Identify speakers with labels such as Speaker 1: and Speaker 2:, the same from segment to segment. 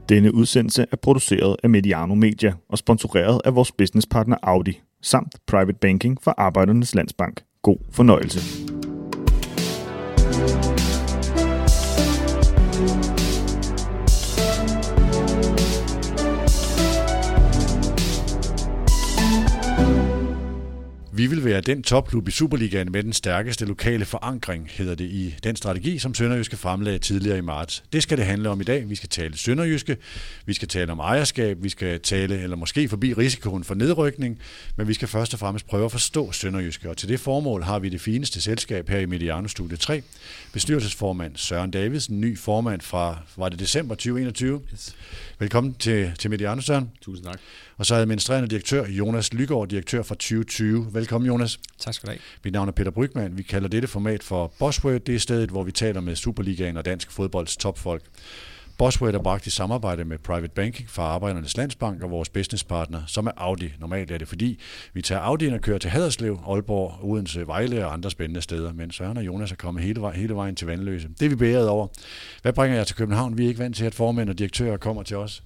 Speaker 1: Denne udsendelse er produceret af Mediano Media og sponsoreret af vores businesspartner Audi, samt Private Banking for Arbejdernes Landsbank. God fornøjelse.
Speaker 2: Vi vil være den topklub i Superligaen med den stærkeste lokale forankring, hedder det i den strategi, som Sønderjyske fremlagde tidligere i marts. Det skal det handle om i dag. Vi skal tale Sønderjyske, vi skal tale om ejerskab, vi skal tale, eller måske forbi risikoen for nedrykning, men vi skal først og fremmest prøve at forstå Sønderjyske. Og til det formål har vi det fineste selskab her i Mediano Studie 3. Bestyrelsesformand Søren Davidsen, ny formand fra, var det december 2021?
Speaker 3: Yes.
Speaker 2: Velkommen til Mediano, Søren.
Speaker 3: Tusind tak.
Speaker 2: Og så administrerende direktør Jonas Lygaard, direktør fra 2020. Velkommen, Jonas.
Speaker 4: Tak skal du have.
Speaker 2: Mit navn er Peter Brygmann. Vi kalder dette format for Bossword. Det er stedet, hvor vi taler med Superligaen og dansk fodbolds topfolk. Bossword er bragt i samarbejde med Private Banking fra Arbejdernes Landsbank og vores businesspartner, som er Audi. Normalt er det, fordi vi tager Audi'en og kører til Haderslev, Aalborg, Odense, Vejle og andre spændende steder. Men Søren og Jonas er kommet hele vejen til Vandløse. Det er vi beæret over. Hvad bringer jeg til København? Vi er ikke vant til, at formænd og direktører kommer til os.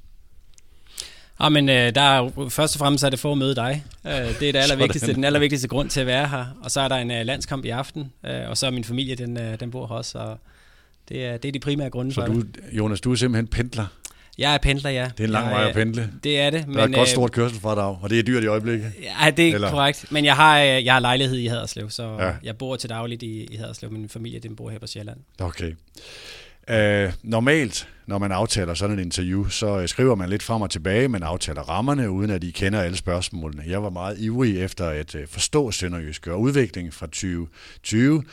Speaker 4: Men der er jo, først og fremmest er det for at møde dig. Det er det allervigtigste, den allervigtigste grund til at være her. Og så er der en landskamp i aften, og så er min familie, den bor her også. Og det er de primære grunde for det.
Speaker 2: Jonas, du er simpelthen pendler?
Speaker 4: Jeg er pendler, ja.
Speaker 2: Det er en lang vej at pendle.
Speaker 4: Det er det.
Speaker 2: Der er et godt stort kørselsfradrag, og det er dyrt i øjeblikket.
Speaker 4: Ja, det er korrekt. Men jeg har lejlighed i Haderslev, så jeg bor til dagligt i Haderslev. Min familie, den bor her på Sjælland.
Speaker 2: Okay. Normalt, når man aftaler sådan et interview, så skriver man lidt frem og tilbage, man aftaler rammerne, uden at I kender alle spørgsmålene. Jeg var meget ivrig efter at forstå Sønderjyske og udviklingen fra 2020,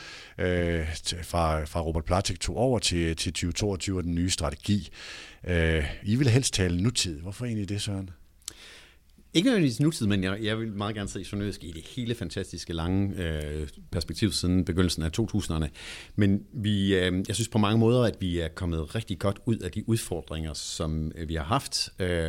Speaker 2: fra Robert Platik tog over til 2022 og den nye strategi. I vil helst tale nutid. Hvorfor egentlig det, Søren?
Speaker 3: Ikke nødvendigvis nutid, men jeg vil meget gerne se Sønderjyske i det hele fantastiske lange perspektiv siden begyndelsen af 2000'erne. Men jeg synes på mange måder, at vi er kommet rigtig godt ud af de udfordringer, som vi har haft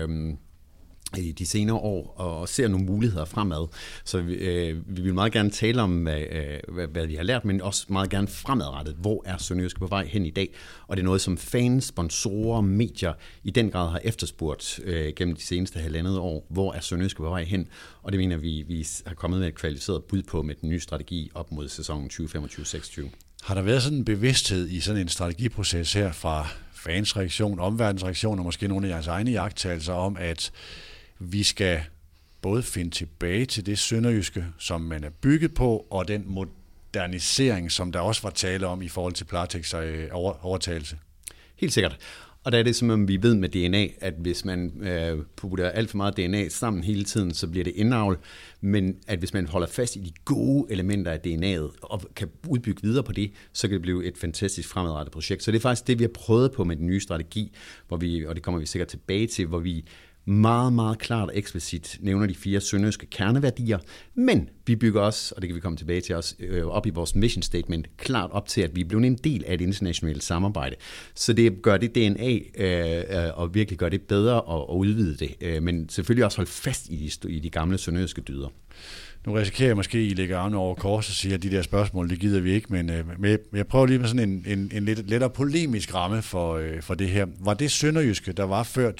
Speaker 3: i de senere år, og ser nogle muligheder fremad. Så vi vil meget gerne tale om, hvad vi har lært, men også meget gerne fremadrettet. Hvor er Sønderjyske på vej hen i dag? Og det er noget, som fans, sponsorer, medier i den grad har efterspurgt gennem de seneste halvandet år. Hvor er Sønderjyske på vej hen? Og det mener vi har kommet med et kvalificeret bud på med den nye strategi op mod sæsonen 2025-26.
Speaker 2: Har der været sådan en bevidsthed i sådan en strategiproces her fra fans reaktion, omverdens reaktion og måske nogle af jeres egne iagttagelser om, at vi skal både finde tilbage til det Sønderjyske, som man er bygget på, og den modernisering, som der også var tale om i forhold til Platiks overtagelse?
Speaker 3: Helt sikkert. Og der er det, som vi ved med DNA, at hvis man putter alt for meget DNA sammen hele tiden, så bliver det indavl. Men at hvis man holder fast i de gode elementer af DNA'et og kan udbygge videre på det, så kan det blive et fantastisk fremadrettet projekt. Så det er faktisk det, vi har prøvet på med den nye strategi, hvor vi, og det kommer vi sikkert tilbage til, hvor vi meget, meget klart og eksplicit nævner de 4 sønderjyske kerneværdier, men vi bygger også, og det kan vi komme tilbage til også, op i vores mission statement, klart op til, at vi er blevet en del af et internationalt samarbejde. Så det gør det DNA og virkelig gør det bedre og udvide det, men selvfølgelig også holde fast i de gamle sønderjyske dyder.
Speaker 2: Nu risikerer jeg måske, at I lægger armene over kors og siger, at de der spørgsmål, det gider vi ikke, men jeg prøver lige med sådan en lidt lettere polemisk ramme for det her. Var det Sønderjyske, der var før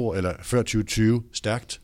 Speaker 2: 2020 stærkt?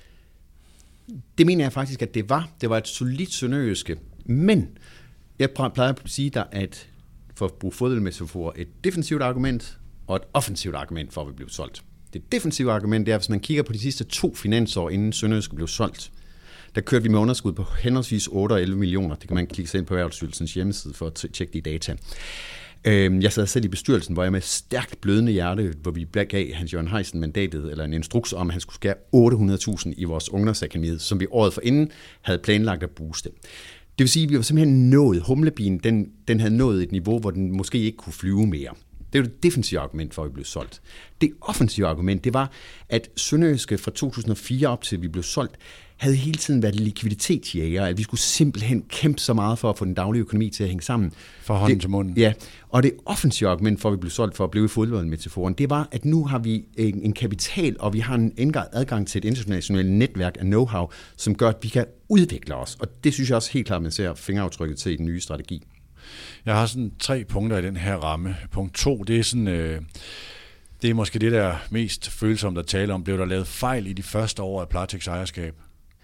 Speaker 3: Det mener jeg faktisk, at det var. Det var et solidt Sønderjyske, men jeg plejer at sige dig, at for at bruge fodboldmetafor, et defensivt argument og et offensivt argument for at vi blev solgt. Det defensive argument er, hvis man kigger på de sidste 2 finansår, inden Sønderjyske blev solgt, der kørte vi med underskud på henholdsvis 8 og 11 millioner. Det kan man klikke sig ind på Erhvervsstyrelsens hjemmeside for at tjekke de data. Jeg sad selv i bestyrelsen, hvor jeg med stærkt blødende hjerte, hvor vi gav Hans Jørgen Heisen mandatet, eller en instruks om, at han skulle skære 800.000 i vores ungdomsakademi, som vi året forinden havde planlagt at booste. Det vil sige, at vi var simpelthen nået, humlebien, den havde nået et niveau, hvor den måske ikke kunne flyve mere. Det er jo det defensive argument for, at vi blev solgt. Det offensive argument, det var, at Sønderjyske fra 2004 op til, at vi blev solgt, havde hele tiden været likviditetsjæger, at vi skulle simpelthen kæmpe så meget for at få den daglige økonomi til at hænge sammen.
Speaker 2: Fra hånden til munden.
Speaker 3: Ja, og det offensive argument for, at vi blev solgt for at blive i fodboldmetaforen, det var, at nu har vi en kapital, og vi har en adgang til et internationalt netværk af know-how, som gør, at vi kan udvikle os. Og det synes jeg også helt klart, man ser fingeraftrykket til i den nye strategi.
Speaker 2: Jeg har sådan 3 punkter i den her ramme. Punkt 2, det er sådan... Det er måske det, der er mest følsomt at tale om. Blev der lavet fejl i de første år af Platex ejerskab?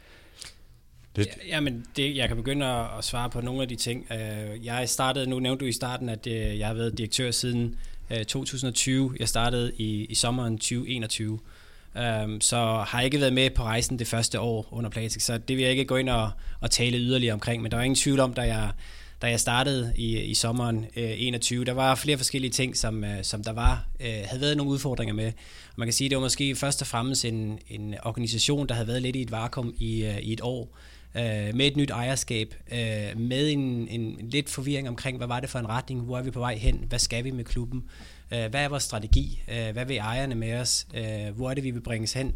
Speaker 4: Jamen, jeg kan begynde at svare på nogle af de ting. Jeg startede, nu nævnte du i starten, at jeg har været direktør siden 2020. Jeg startede i sommeren 2021. Så har jeg ikke været med på rejsen det første år under Platex, så det vil jeg ikke gå ind og tale yderligere omkring. Men der var ingen tvivl om, da jeg startede i sommeren 21, der var flere forskellige ting, som der havde været nogle udfordringer med. Og man kan sige, at det var måske først og fremmest en organisation, der havde været lidt i et vakuum i et år, med et nyt ejerskab, med en lidt forvirring omkring, hvad var det for en retning, hvor er vi på vej hen, hvad skal vi med klubben, hvad er vores strategi, hvad vil ejerne med os, hvor er det, vi vil bringes hen,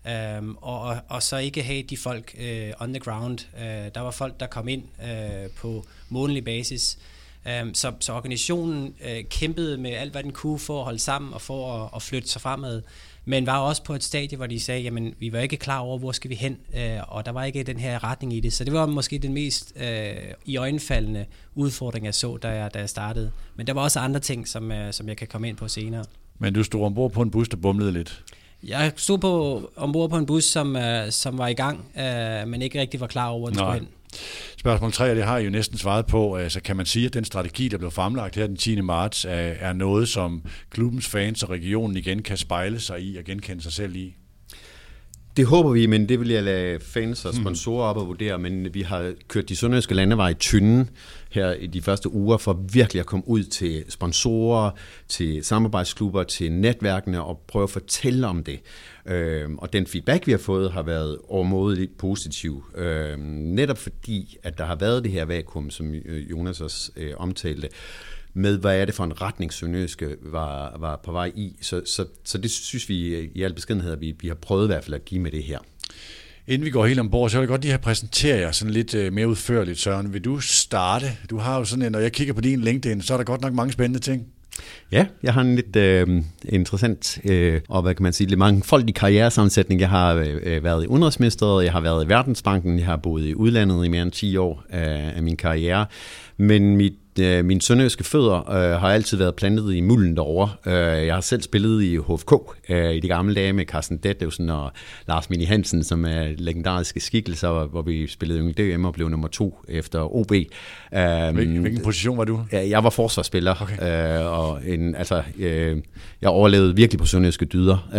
Speaker 4: og så ikke have de folk on the ground. Der var folk, der kom ind på månedlig basis, så organisationen kæmpede med alt, hvad den kunne for at holde sammen og for at flytte sig fremad, men var også på et stadie, hvor de sagde, jamen vi var ikke klar over, hvor skal vi hen, og der var ikke den her retning i det. Så det var måske den mest iøjnefaldende udfordring, jeg så, da jeg startede. Men der var også andre ting, som jeg kan komme ind på senere.
Speaker 2: Men du stod ombord på en bus, der bumlede lidt?
Speaker 4: Jeg stod ombord på en bus, som var i gang, men ikke rigtig var klar over, hvor den skulle hen.
Speaker 2: Spørgsmål 3, det har I jo næsten svaret på. Altså, kan man sige, at den strategi, der blev fremlagt her den 10. marts, er noget, som klubbens fans og regionen igen kan spejle sig i og genkende sig selv i?
Speaker 3: Det håber vi, men det vil jeg lade fans og sponsorer op og vurdere, men vi har kørt de sønderjyske landeveje tynden her i de første uger for virkelig at komme ud til sponsorer, til samarbejdsklubber, til netværkene og prøve at fortælle om det. Og den feedback, vi har fået, har været overmådeligt positiv. Netop fordi, at der har været det her vakuum, som Jonas også omtalte, med hvad er det for en retning, Sønderjyske var på vej i. Så det synes vi i al beskedenhed, at vi har prøvet i hvert fald at give med det her.
Speaker 2: Inden vi går helt ombord, så vil jeg godt lige have præsenteret jer sådan lidt mere udførligt, Søren. Vil du starte? Du har jo sådan en, når jeg kigger på din LinkedIn, så er der godt nok mange spændende ting.
Speaker 3: Ja, jeg har en lidt interessant og hvad kan man sige, lidt mangfoldig karrieresammensætning. Jeg har været i Udenrigsministeriet, jeg har været i Verdensbanken, jeg har boet i udlandet i mere end 10 år af min karriere. Men mine sønderjyske fødder har altid været plantet i mulden derovre. Jeg har selv spillet i HFK i de gamle dage med Carsten Detlevsen og Lars Mini Hansen, som er legendariske skikkelser, hvor vi spillede Yngre DM og blev nummer 2 efter OB.
Speaker 2: Hvilken position var du?
Speaker 3: Jeg var forsvarsspiller, okay. Og jeg overlevede virkelig på sønderjyske dyder.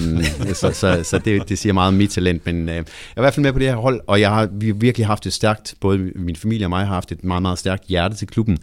Speaker 3: Så det siger meget om mit talent, men jeg er i hvert fald med på det her hold, og vi har virkelig haft et stærkt, både min familie og mig har haft et meget, meget stærkt hjerte til klubben.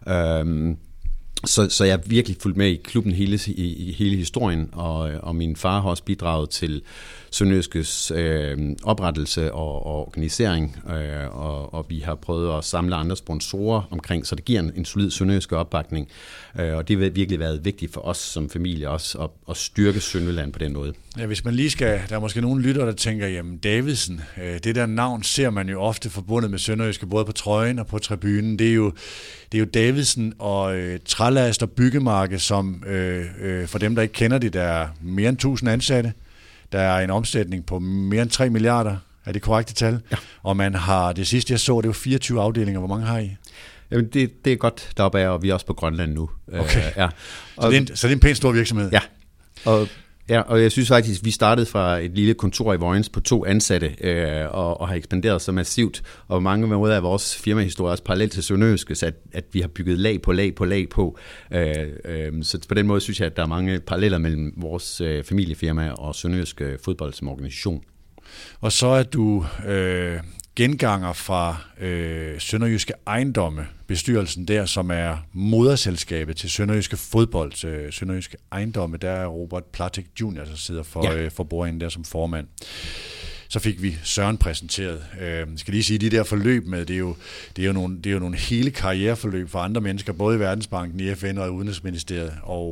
Speaker 3: Så jeg er virkelig fulgt med i klubben hele historien, og min far har også bidraget til Sønderjyskes oprettelse og organisering, og vi har prøvet at samle andre sponsorer omkring, så det giver en solid sønderjyske opbakning, og det har virkelig været vigtigt for os som familie også at styrke Sønderjylland på den måde. Ja,
Speaker 2: hvis man lige skal, der er måske nogle lyttere, der tænker, jamen Davidsen, det der navn ser man jo ofte forbundet med Sønderjyske, både på trøjen og på tribunen. Det er jo Davidsen og Trælast og Byggemarked, som for dem, der ikke kender det, der er mere end 1000 ansatte. Der er en omsætning på mere end 3 milliarder, er det korrekte tal? Ja. Og man har, det sidste jeg så, det var 24 afdelinger. Hvor mange har I?
Speaker 3: Jamen det er godt deroppe af, og vi er også på Grønland nu.
Speaker 2: Okay. Ja. Så det er en pænt stor virksomhed?
Speaker 3: Ja, og jeg synes faktisk, at vi startede fra et lille kontor i Vojens på 2 ansatte, og har ekspanderet så massivt, og mange måder af vores firmahistorie også parallelt til Sønderjyskes, at vi har bygget lag på lag på lag på. Så på den måde synes jeg, at der er mange paralleller mellem vores familiefirma og Sønderjyske fodbold som organisation.
Speaker 2: Og så er du genganger fra Sønderjyske Ejendomme, bestyrelsen der, som er moderselskabet til Sønderjyske Fodbold. Sønderjyske Ejendomme, der er Robert Platek Jr., der sidder for bordenden der som formand. Så fik vi Søren præsenteret. Jeg skal lige sige, de der forløb med, det er jo nogle hele karriereforløb for andre mennesker, både i Verdensbanken, i FN og i Udenrigsministeriet.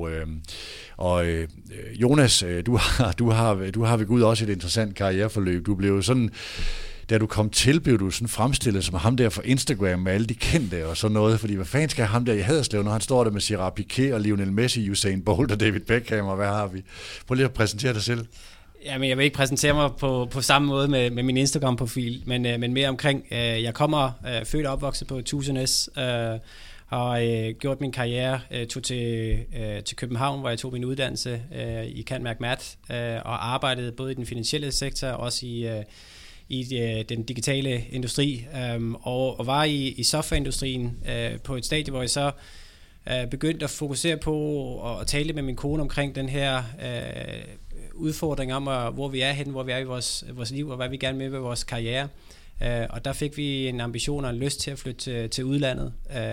Speaker 2: Og Jonas, du har ved Gud også et interessant karriereforløb. Du blev sådan, da du kom til, blev du sådan fremstillet som ham der fra Instagram med alle de kendte og sådan noget, fordi hvad fanden skal ham der i Haderslev, når han står der med Gerard Piqué og Lionel Messi, Usain Bolt og David Beckham, og hvad har vi? Prøv lige at præsentere dig selv.
Speaker 4: Jamen, jeg vil ikke præsentere mig på samme måde med min Instagram-profil, men mere omkring, jeg kommer født og opvokset på Tusenæs, har har gjort min karriere, tog til København, hvor jeg tog min uddannelse i Candmerc Mat, og arbejdede både i den finansielle sektor og også i den digitale industri, og var i softwareindustrien på et stadie, hvor jeg så begyndte at fokusere på at tale med min kone omkring den her udfordring om, hvor vi er henne, hvor vi er i vores liv, og hvad vi gerne vil med vores karriere. Og der fik vi en ambition og en lyst til at flytte til udlandet.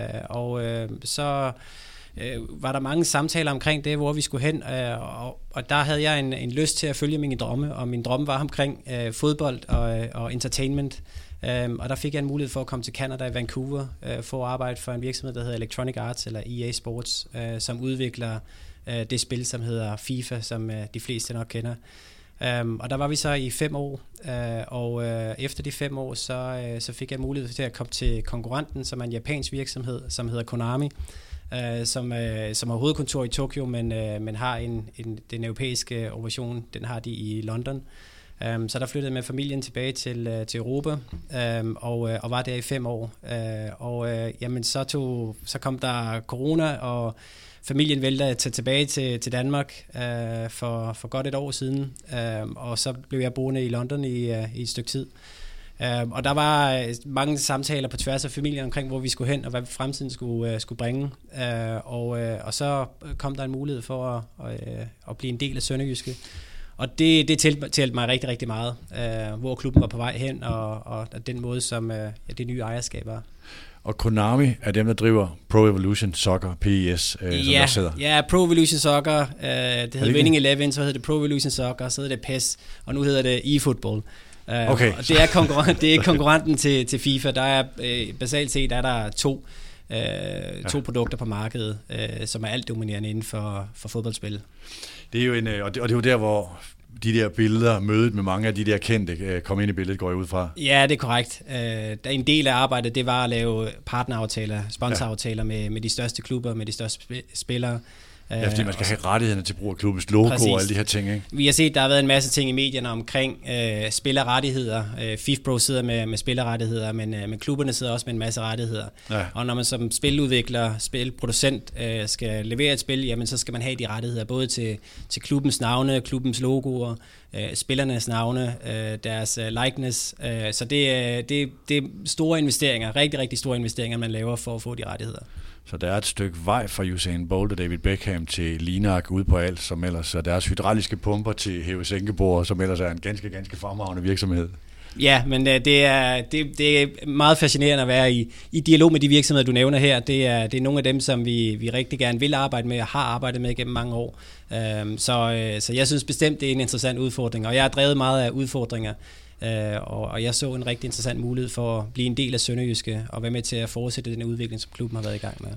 Speaker 4: Så var der mange samtaler omkring det, hvor vi skulle hen, og der havde jeg en lyst til at følge mine drømme, og min drømme var omkring fodbold og entertainment. Og der fik jeg en mulighed for at komme til Canada i Vancouver for at arbejde for en virksomhed, der hedder Electronic Arts, eller EA Sports, som udvikler det spil, som hedder FIFA, som de fleste nok kender. Og der var vi så i 5 år, og efter de 5 år, så fik jeg mulighed til at komme til konkurrenten, som er en japansk virksomhed, som hedder Konami, som har hovedkontor i Tokyo, men har den europæiske operation, den har de i London. Så der flyttede jeg med familien tilbage til Europa, og var der i 5 år. Jamen så kom der corona, og familien valgte at tage tilbage til Danmark for godt et år siden, og så blev jeg boende i London i et stykke tid. Og der var mange samtaler på tværs af familien omkring, hvor vi skulle hen, og hvad fremtiden skulle bringe. Og så kom der en mulighed for at blive en del af Sønderjyske. Og det talte mig rigtig, rigtig meget, hvor klubben var på vej hen, og den måde, som det nye ejerskab var.
Speaker 2: Og Konami er dem, der driver Pro Evolution Soccer, PES, som der sidder. Ja,
Speaker 4: Pro Evolution Soccer, det hed Winning 11, så hed det Pro Evolution Soccer, så hed det PES, og nu hedder det eFootball.
Speaker 2: Okay.
Speaker 4: Og det er konkurrenten til FIFA. Der er basalt set er der to produkter på markedet, som er alt dominerende inden for fodboldspil.
Speaker 2: Det er jo og det er jo der, hvor de der billeder, mødet med mange af de der kendte, kom ind i billedet, går jeg ud fra.
Speaker 4: Ja, det er korrekt. En del af arbejdet, det var at lave partneraftaler, sponsoraftaler med de største klubber, med de største spillere.
Speaker 2: Ja, fordi man skal have rettighederne til brug af klubbens logo. Præcis. Og alle de her ting, ikke?
Speaker 4: Vi har set, der har været en masse ting i medierne omkring spillerrettigheder. FIFPro sidder med spillerrettigheder, men klubberne sidder også med en masse rettigheder. Ja. Og når man som spiludvikler, spilproducent skal levere et spil, jamen så skal man have de rettigheder, både til klubbens navne, klubbens logoer, spillernes navne, deres likeness. Så det er store investeringer, rigtig, rigtig store investeringer, man laver for at få de rettigheder.
Speaker 2: Så der er et stykke vej fra Usain Bolt og David Beckham til Linak ude på alt, som ellers er deres hydrauliske pumper til hæve-sænkebordet, som ellers er en ganske, ganske fremragende virksomhed. Ja,
Speaker 4: men det er meget fascinerende at være i dialog med de virksomheder, du nævner her. Det er nogle af dem, som vi rigtig gerne vil arbejde med og har arbejdet med gennem mange år. Så jeg synes bestemt, det er en interessant udfordring, og jeg har drevet meget af udfordringer. Og jeg så en rigtig interessant mulighed for at blive en del af Sønderjyske og være med til at fortsætte den udvikling, som klubben har været i gang med.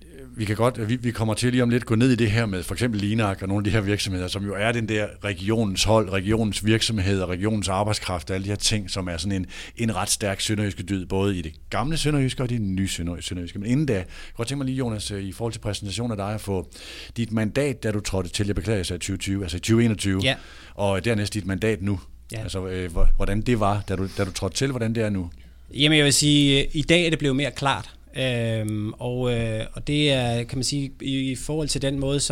Speaker 2: Vi kommer til lige om lidt gå ned i det her med for eksempel Linak og nogle af de her virksomheder, som jo er den der regionens hold, regionens virksomheder, regionens arbejdskraft og alle de her ting, som er sådan en ret stærk sønderjyske dyd, både i det gamle Sønderjyske og det nye Sønderjyske. Men inden da, jeg kunne godt tænke mig lige, Jonas, i forhold til præsentationen af dig, at få dit mandat, da du trådte til, jeg beklager sig, 2020, altså 2021, ja. Og dernæst dit mandat nu. Ja. Altså, hvordan det var, da du trådte til, hvordan det er nu?
Speaker 4: Jamen, jeg vil sige, i dag er det blevet mere klart. Og det er, kan man sige, i forhold til den måde,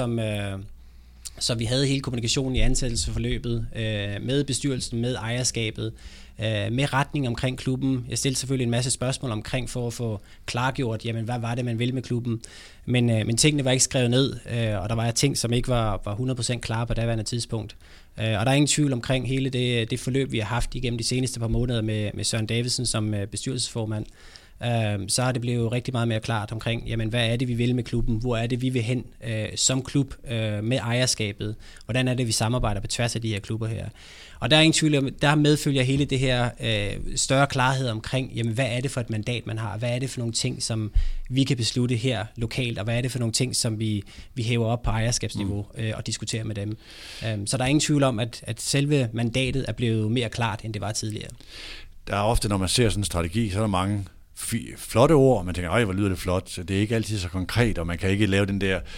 Speaker 4: som vi havde hele kommunikationen i ansættelsesforløbet, med bestyrelsen, med ejerskabet, med retning omkring klubben. Jeg stillede selvfølgelig en masse spørgsmål omkring for at få klargjort, jamen hvad var det, man ville med klubben. Men tingene var ikke skrevet ned, og der var ting, som ikke var 100% klare på daværende tidspunkt. Og der er ingen tvivl omkring hele det forløb, vi har haft igennem de seneste par måneder med Søren Davidsen som bestyrelsesformand. Så er det blevet rigtig meget mere klart omkring, jamen hvad er det, vi vil med klubben? Hvor er det, vi vil hen som klub med ejerskabet? Hvordan er det, vi samarbejder på tværs af de her klubber her? Og der er ingen tvivl om, der medfølger hele det her større klarhed omkring, jamen hvad er det for et mandat, man har? Hvad er det for nogle ting, som vi kan beslutte her lokalt? Og hvad er det for nogle ting, som vi hæver op på ejerskabsniveau og diskuterer med dem? Så der er ingen tvivl om, at selve mandatet er blevet mere klart, end det var tidligere.
Speaker 2: Der er ofte, når man ser sådan en strategi, så er der mange flotte ord, og man tænker, hvor lyder det flot. Det er ikke altid så konkret, og man kan ikke lave den der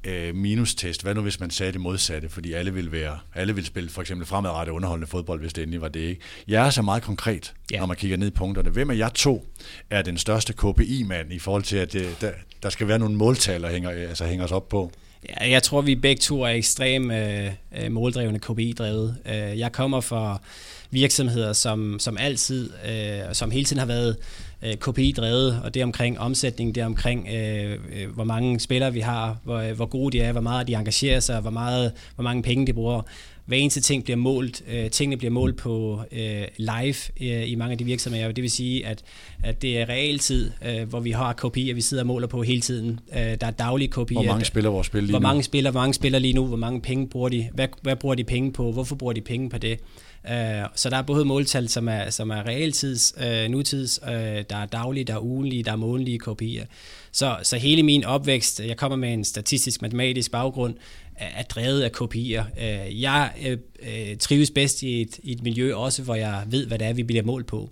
Speaker 2: minustest. Hvad nu, hvis man sagde det modsatte? Fordi alle vil spille for eksempel fremadrettet underholdende fodbold, hvis det endelig var det, ikke? Jeg er så meget konkret, når man kigger ned i punkterne. Hvem af jer to er den største KPI-mand i forhold til, at der skal være nogle måltal, der hænger os op på?
Speaker 4: Ja, jeg tror, vi begge to er ekstremt måldrevne, KPI-drevet. Jeg kommer fra virksomheder, som altid, som hele tiden har været KPI-drevet, og det er omkring omsætning, det er omkring, hvor mange spillere vi har, hvor gode de er, hvor meget de engagerer sig, hvor mange penge de bruger. Hver eneste ting bliver målt. Tingene bliver målt på live i mange af de virksomheder. Det vil sige, at det er realtid, hvor vi har KPI'er, vi sidder og måler på hele tiden. Der er daglige KPI'er.
Speaker 2: Hvor mange spiller vores spil lige nu?
Speaker 4: Hvor mange spiller lige nu? Hvor mange penge bruger de? Hvad bruger de penge på? Hvorfor bruger de penge på det? Så der er både måltal, som er realtids, nutids, der er daglige, der er ugenlige, der er månedlige KPI'er. Så hele min opvækst, jeg kommer med en statistisk matematisk baggrund, er drevet af KPI'er. Jeg trives bedst i et miljø også, hvor jeg ved, hvad det er, vi bliver målt på.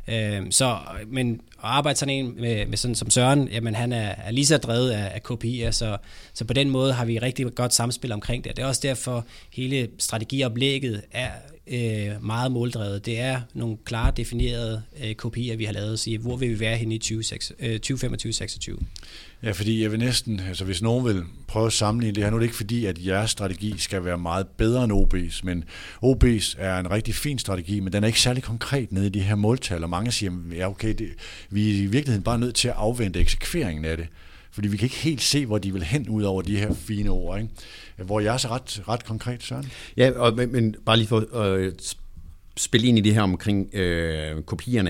Speaker 4: Men at arbejde sådan en med sådan som Søren, jamen han er lige så drevet af KPI'er, så på den måde har vi rigtig godt samspil omkring det. Det er også derfor, hele strategioplægget er meget måldrevet. Det er nogle klart definerede KPI'er, vi har lavet, sige, hvor vil vi være henne i 2025-26.
Speaker 2: Ja, fordi jeg vil næsten, altså hvis nogen vil prøve at sammenligne det her, nu er det ikke fordi, at jeres strategi skal være meget bedre end OB's, men OB's er en rigtig fin strategi, men den er ikke særlig konkret nede i de her måltal, og mange siger, ja okay, vi er i virkeligheden bare nødt til at afvente eksekveringen af det, fordi vi kan ikke helt se, hvor de vil hen ud over de her fine ord, ikke? Hvor jeg er så ret konkret, Søren. Ja,
Speaker 3: men bare lige for at spille ind i det her omkring kopierne.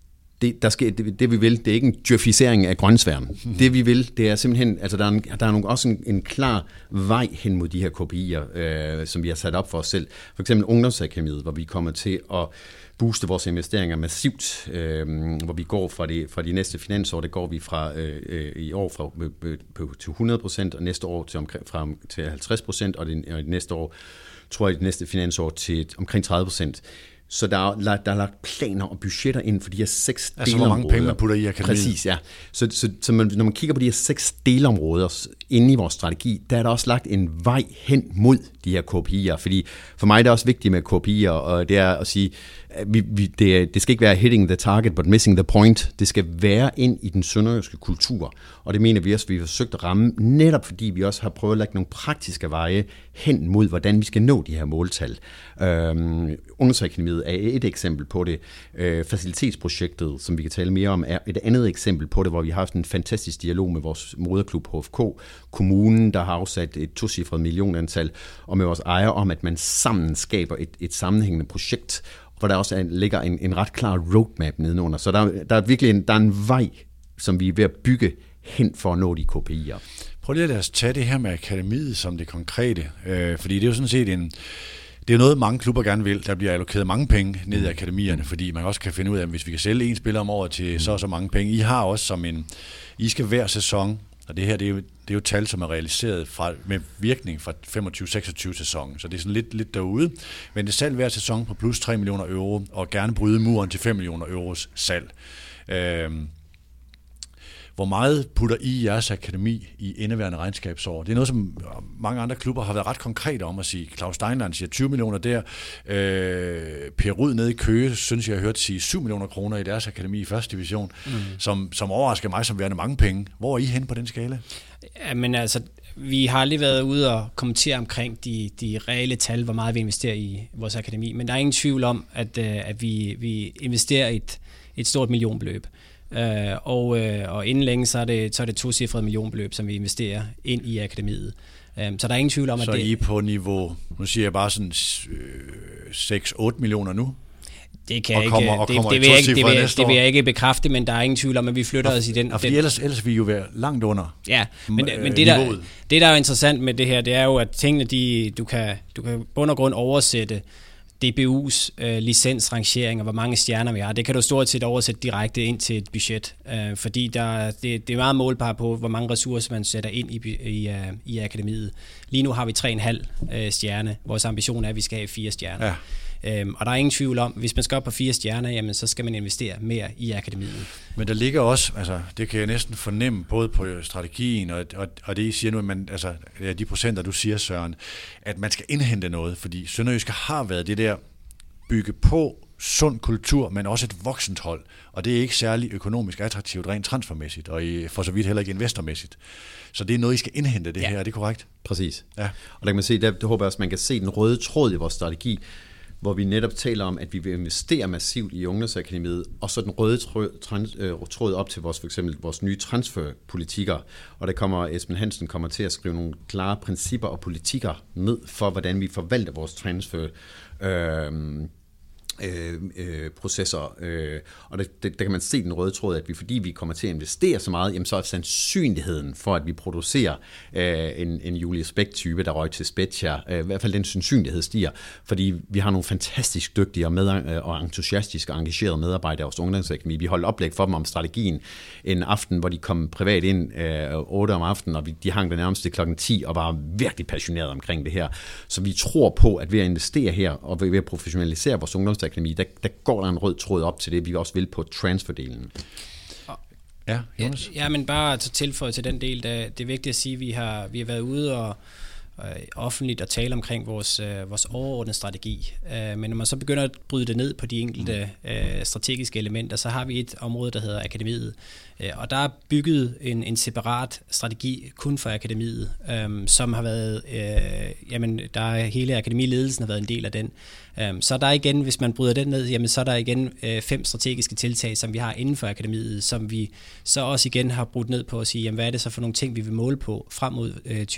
Speaker 3: Det vi vil, det er ikke en djøfisering af grønsværen. Det vi vil, det er simpelthen, altså der er også en klar vej hen mod de her KPI'er, som vi har sat op for os selv. For eksempel Ungdomsakademiet, hvor vi kommer til at booste vores investeringer massivt, hvor vi går fra de næste finansår, det går vi fra i år til 100%, og næste år til 50%, og det næste år, tror jeg, det næste finansår til omkring 30%. Så der er lagt planer og budgetter ind for de her 6 delområder.
Speaker 2: Altså hvor mange penge man putter i akademiet.
Speaker 3: Præcis, ja. Så når man kigger på de her 6 delområder inde i vores strategi, der er der også lagt en vej hen mod de her KPI'er. Fordi for mig er det også vigtigt med KPI'er, og det er at sige, det skal ikke være hitting the target, but missing the point. Det skal være ind i den sønderjyske kultur. Og det mener vi også, vi har forsøgt at ramme, netop fordi vi også har prøvet at lægge nogle praktiske veje hen mod, hvordan vi skal nå de her måltal. Ungdomsakademiet er et eksempel på det. Facilitetsprojektet, som vi kan tale mere om, er et andet eksempel på det, hvor vi har haft en fantastisk dialog med vores moderklub HFK, kommunen, der har afsat et 2-cifret millionantal, og med vores ejer om, at man sammen skaber et sammenhængende projekt, hvor der også ligger en ret klar roadmap nedenunder. Så der er virkelig en vej, som vi er ved at bygge hen for at nå de KPI'er.
Speaker 2: Prøv lige at lade os tage det her med akademiet som det konkrete, fordi det er jo sådan set det er noget, mange klubber gerne vil. Der bliver allokeret mange penge ned i akademierne, fordi man også kan finde ud af, at hvis vi kan sælge en spiller om året til så mange penge. I har også I skal hver sæson, og det her det er jo tal, som er realiseret med virkning fra 25-26 sæsonen, så det er sådan lidt derude. Men det salg hver sæson på plus 3 millioner euro, og gerne bryde muren til 5 millioner euros salg. Hvor meget putter I jeres akademi i indeværende regnskabsår? Det er noget, som mange andre klubber har været ret konkrete om at sige. Claus Steinlein siger 20 millioner der. Per Rud nede i Køge, synes jeg har hørt sige 7 millioner kroner i deres akademi i første division, som overrasker mig som værende mange penge. Hvor er I henne på den skala?
Speaker 4: Ja, men altså, vi har aldrig været ude og kommentere omkring de reelle tal, hvor meget vi investerer i vores akademi, men der er ingen tvivl om, at vi investerer et stort millionbeløb. Og inden længe, så er det 2-cifrede millionbeløb, som vi investerer ind i akademiet. Så der er ingen tvivl om, at
Speaker 2: så I er på niveau, nu siger jeg bare sådan 6-8 millioner nu?
Speaker 4: Det kan det vil jeg ikke bekræfte, men der er ingen tvivl om, at vi flytter os i den.
Speaker 2: Fordi ellers vil I jo være langt under.
Speaker 4: Ja, men det der er jo interessant med det her, det er jo, at tingene, du kan bund og grund oversætte DBU's licensrangering og hvor mange stjerner vi har. Det kan du stort set oversætte direkte ind til et budget, fordi det er meget målbart på, hvor mange ressourcer man sætter ind i akademiet. Lige nu har vi 3,5 stjerne. Vores ambition er, at vi skal have 4 stjerner. Og der er ingen tvivl om, hvis man skal op på 4 stjerner, jamen, så skal man investere mere i akademiet.
Speaker 2: Men der ligger også, altså det kan jeg næsten fornemme, både på strategien og det I siger nu, man, altså de procenter du siger, Søren, at man skal indhente noget, fordi SønderjyskE har været det der bygge på sund kultur, men også et voksent hold, og det er ikke særlig økonomisk attraktivt rent transfermæssigt, og for så vidt heller ikke investormæssigt. Så det er noget, I skal indhente det her, er det korrekt?
Speaker 3: Præcis.
Speaker 2: Ja.
Speaker 3: Og der kan man se, der håber jeg også, man kan se den røde tråd i vores strategi, hvor vi netop taler om, at vi vil investere massivt i Ungdomsakademiet, og så den røde tråd op til for eksempel vores nye transferpolitikker. Og Esben Hansen kommer til at skrive nogle klare principper og politikker ned for, hvordan vi forvalter vores transfer processer, og der kan man se den røde tråd, at fordi vi kommer til at investere så meget, jamen så er sandsynligheden for, at vi producerer en Julius Bæk-type, der røg til Spezia, i hvert fald den sandsynlighed stiger, fordi vi har nogle fantastisk dygtige og entusiastiske og engagerede medarbejdere hos Ungdomsakademi. Vi holdt oplæg for dem om strategien en aften, hvor de kom privat ind 8 om aftenen, og de hang der nærmest til klokken 10 og var virkelig passionerede omkring det her. Så vi tror på, at ved at investere her og ved at professionalisere vores Ungdomsakademi, der går der en rød tråd op til det, vi også vil på transferdelen.
Speaker 4: Ja, men bare at tilføje til den del, det er vigtigt at sige, at vi har været ude og offentligt at tale omkring vores overordnede strategi. Men når man så begynder at bryde det ned på de enkelte strategiske elementer, så har vi et område, der hedder akademiet. Og der er bygget en separat strategi kun for akademiet, som har været, hele akademiledelsen har været en del af den. Så der er igen, hvis man bryder den ned, jamen så er der igen 5 strategiske tiltag, som vi har inden for akademiet, som vi så også igen har brudt ned på at sige, jamen hvad er det så for nogle ting, vi vil måle på frem mod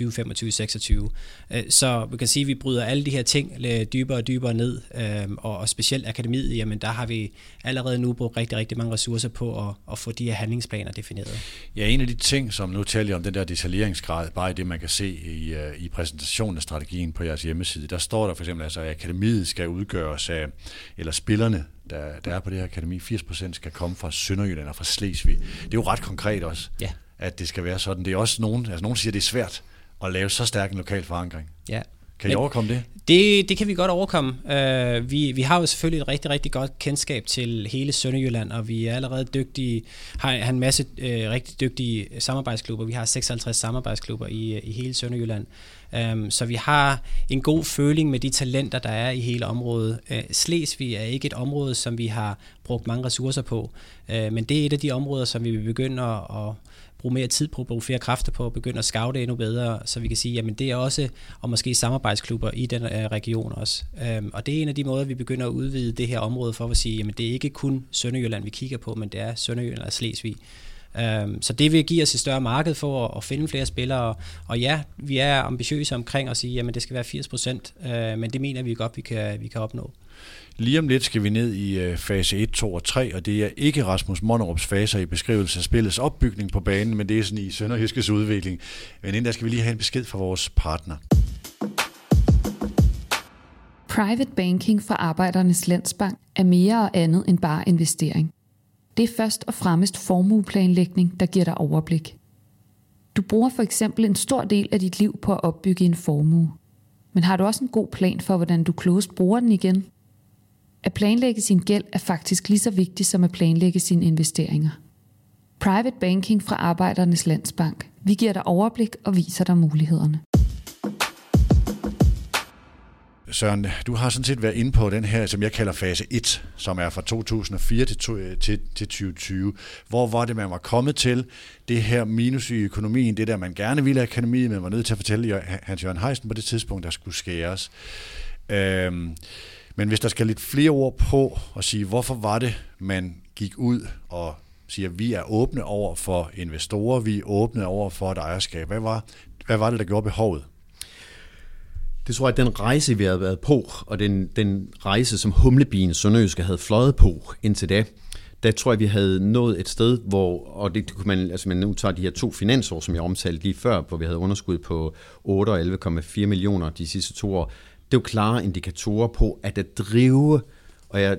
Speaker 4: 2025-26. Så vi kan sige, at vi bryder alle de her ting dybere og dybere ned, og specielt akademiet, jamen der har vi allerede nu brugt rigtig, rigtig mange ressourcer på at få de her handlingsplaner defineret.
Speaker 2: Ja, en af de ting, som nu taler om den der detaljeringsgrad, bare i det, man kan se i præsentationen af strategien på jeres hjemmeside, der står der for eksempel, altså, at akademiet skal udgøres af, eller spillerne, der er på det her akademi, 80% skal komme fra Sønderjylland og fra Slesvig. Det er jo ret konkret også, at det skal være sådan. Det er også nogen siger, det er svært at lave så stærk en lokal forankring. Ja. Kan I overkomme det?
Speaker 4: Det kan vi godt overkomme. Vi har jo selvfølgelig et rigtig, rigtig godt kendskab til hele Sønderjylland, og vi er allerede dygtige, har en masse rigtig dygtige samarbejdsklubber. Vi har 56 samarbejdsklubber i hele Sønderjylland. Så vi har en god føling med de talenter, der er i hele området. Slesvig er ikke et område, som vi har brugt mange ressourcer på, men det er et af de områder, som vi vil begynde at bruge mere tid på, bruge flere kræfter på, begynde at scoute endnu bedre, så vi kan sige, jamen det er også, og måske samarbejdsklubber i den region også. Og det er en af de måder, vi begynder at udvide det her område for at sige, jamen det er ikke kun Sønderjylland, vi kigger på, men det er Sønderjylland og Slesvig. Så det vil give os et større marked for at finde flere spillere, og ja, vi er ambitiøse omkring at sige, jamen det skal være 80%, men det mener vi godt, vi kan opnå.
Speaker 2: Lige om lidt skal vi ned i fase 1, 2 og 3, og det er ikke Rasmus Monnerups faser i beskrivelse af spillets opbygning på banen, men det er sådan i Sønderjyskes udvikling. Men inden der skal vi lige have en besked fra vores partner.
Speaker 5: Private banking fra Arbejdernes Landsbank er mere og andet end bare investering. Det er først og fremmest formueplanlægning, der giver dig overblik. Du bruger for eksempel en stor del af dit liv på at opbygge en formue. Men har du også en god plan for, hvordan du klogest bruger den igen? At planlægge sin gæld er faktisk lige så vigtigt som at planlægge sine investeringer. Private banking fra Arbejdernes Landsbank. Vi giver dig overblik og viser dig mulighederne.
Speaker 2: Søren, du har sådan set været inde på den her, som jeg kalder fase 1, som er fra 2004 til 2020. Hvor var det, man var kommet til? Det her minus i økonomien, det der, man gerne ville have akademiet, men var nødt til at fortælle Hans Jørgen Heisen på det tidspunkt, der skulle skæres. Men hvis der skal lidt flere ord på at sige, hvorfor var det, man gik ud og siger, at vi er åbne over for investorer, vi er åbne over for et ejerskab. Hvad var det, der gjorde behovet?
Speaker 3: Det tror jeg, at den rejse, vi havde været på, og den rejse, som Humlebien Sønderjyske havde fløjet på indtil da, der tror jeg, vi havde nået et sted, hvor, og det kunne man, altså man nu tager de her 2 finansår, som jeg omtalte lige før, hvor vi havde underskud på 8 og 11,4 millioner de sidste 2 år. Det er jo klare indikatorer på, at drive, og jeg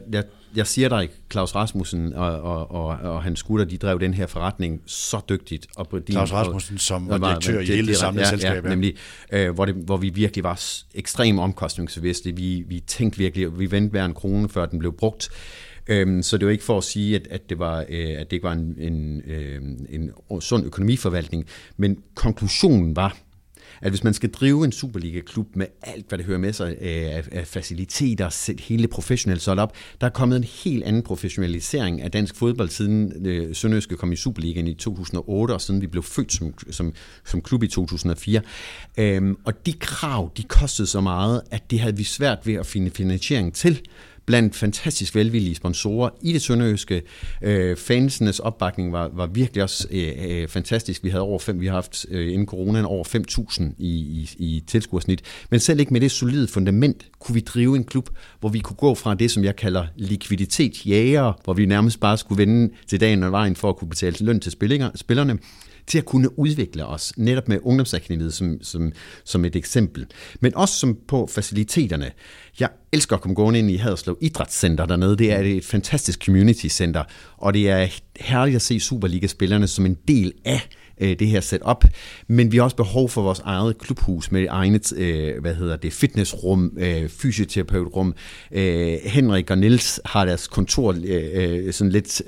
Speaker 3: jeg siger dig, Claus Rasmussen og hans gutter, de drev den her forretning så dygtigt.
Speaker 2: Claus Rasmussen, som var direktør i hele det samlede selskab.
Speaker 3: Ja, nemlig, hvor vi virkelig var ekstremt omkostningsbevidste. Vi tænkte virkelig, vi vendte hver en krone, før den blev brugt. Så det var ikke for at sige, at det ikke var en sund økonomiforvaltning, men konklusionen var, at hvis man skal drive en Superliga-klub med alt, hvad det hører med sig af faciliteter, sætte hele professionelt sådan op, der er kommet en helt anden professionalisering af dansk fodbold, siden Sønderjyske kom i Superligaen i 2008, og siden vi blev født som klub i 2004. Og de krav, de kostede så meget, at det havde vi svært ved at finde finansiering til, blandt fantastisk velvillige sponsorer i det sønderjyske. Fansenes opbakning var virkelig også fantastisk. Vi har haft inden coronaen over 5.000 i tilskuersnit. Men selv ikke med det solide fundament kunne vi drive en klub, hvor vi kunne gå fra det, som jeg kalder likviditetsjæger, hvor vi nærmest bare skulle vende til dagen og vejen for at kunne betale løn til spillerne, til at kunne udvikle os, netop med ungdomsakademiet som et eksempel. Men også som på faciliteterne. Jeg elsker at komme gående ind i Haderslev Idrætscenter dernede. Det er et fantastisk community center, og det er herligt at se Superliga-spillerne som en del af det her setup. Men vi har også behov for vores eget klubhus med egnet fitnessrum, fysioterapeutrum. Henrik og Niels har deres kontor sådan lidt...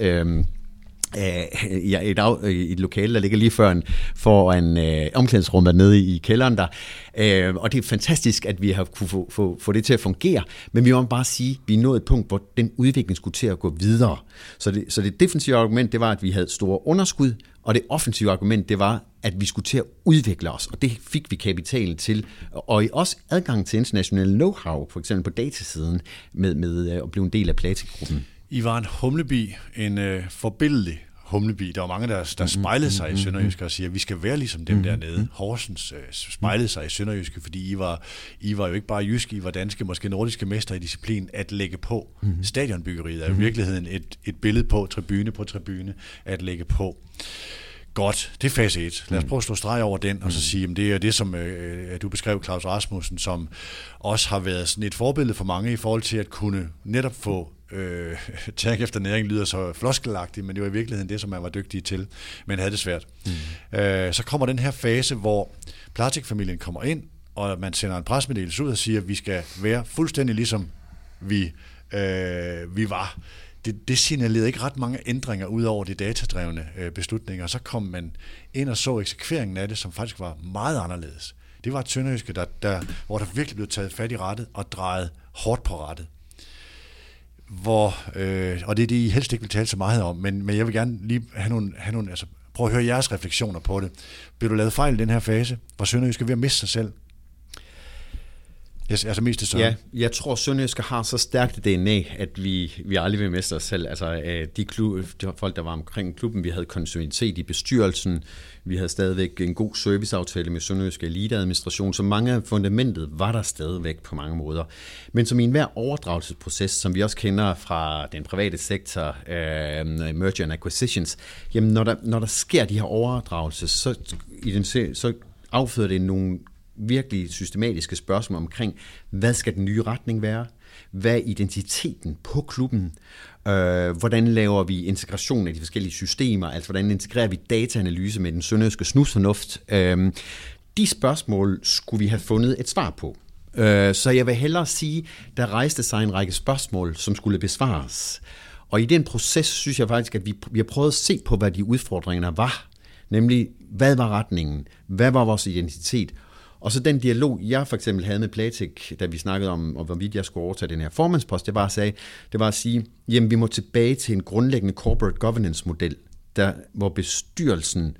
Speaker 3: et lokale, der ligger lige foran omklædningsrummet nede i kælderen der. Og det er fantastisk, at vi har kunne få det til at fungere, men vi må bare sige, at vi er nået et punkt, hvor den udvikling skulle til at gå videre. Så det defensive argument, det var, at vi havde store underskud, og det offensive argument, det var, at vi skulle til at udvikle os, og det fik vi kapitalen til, og også adgang til international know-how, for eksempel på datasiden, med at blive en del af Platic-gruppen.
Speaker 2: I var en humlebi, en forbilledlig humlebi. Der var mange, der spejlede sig i Sønderjyske og siger, at vi skal være ligesom dem dernede. Horsens spejlede sig i Sønderjyske, fordi I var jo ikke bare jyske, I var danske, måske nordiske mestre i disciplin at lægge på. Stadionbyggeriet er i virkeligheden et billede på tribune, at lægge på. Godt, det er fase 1. Lad os prøve at slå streg over den, og så sige, at det er det, som du beskrev, Claus Rasmussen, som også har været sådan et forbillede for mange i forhold til at kunne netop få tærk efter næring lyder så floskelagtigt, men det var i virkeligheden det, som man var dygtig til, men havde det svært. Så kommer den her fase, hvor Platic-familien kommer ind, og man sender en pressemeddelelse ud og siger, at vi skal være fuldstændig ligesom vi var. Det signalerede ikke ret mange ændringer ud over de datadrevne beslutninger, og så kom man ind og så eksekveringen af det, som faktisk var meget anderledes. Det var et Sønderjyske, hvor der virkelig blev taget fat i rattet og drejet hårdt på rattet. Og det er det, I helst ikke vil tale så meget om, men jeg vil gerne lige have nogle altså, prøv at høre jeres refleksioner på det. Bliver du lavet fejl i den her fase, hvor Sønderjyske er ved at miste sig selv? Altså mest det sådan.
Speaker 3: Ja, jeg tror, Sønderjyske har så stærkt et DNA, at vi aldrig vil miste os selv. Altså de folk, der var omkring klubben, vi havde kontinuitet i bestyrelsen, vi havde stadigvæk en god serviceaftale med Sønderjyske Eliteadministration, så mange af fundamentet var der stadigvæk på mange måder. Men som i enhver overdragelsesproces, som vi også kender fra den private sektor, merger and acquisitions, jamen når der sker de her overdragelser, så afføder det nogle virkelig systematiske spørgsmål omkring, hvad skal den nye retning være? Hvad er identiteten på klubben? Hvordan laver vi integration af de forskellige systemer? Altså, hvordan integrerer vi dataanalyse med den sønderjyske snusfornuft? De spørgsmål skulle vi have fundet et svar på. Så jeg vil hellere sige, der rejste sig en række spørgsmål, som skulle besvares. Og i den proces synes jeg faktisk, at vi har prøvet at se på, hvad de udfordringer var. Nemlig, hvad var retningen? Hvad var vores identitet? Og så den dialog, jeg for eksempel havde med Platic, da vi snakkede om hvorvidt jeg skulle overtage den her formandspost, det var at sige, jamen vi må tilbage til en grundlæggende corporate governance-model, hvor bestyrelsen,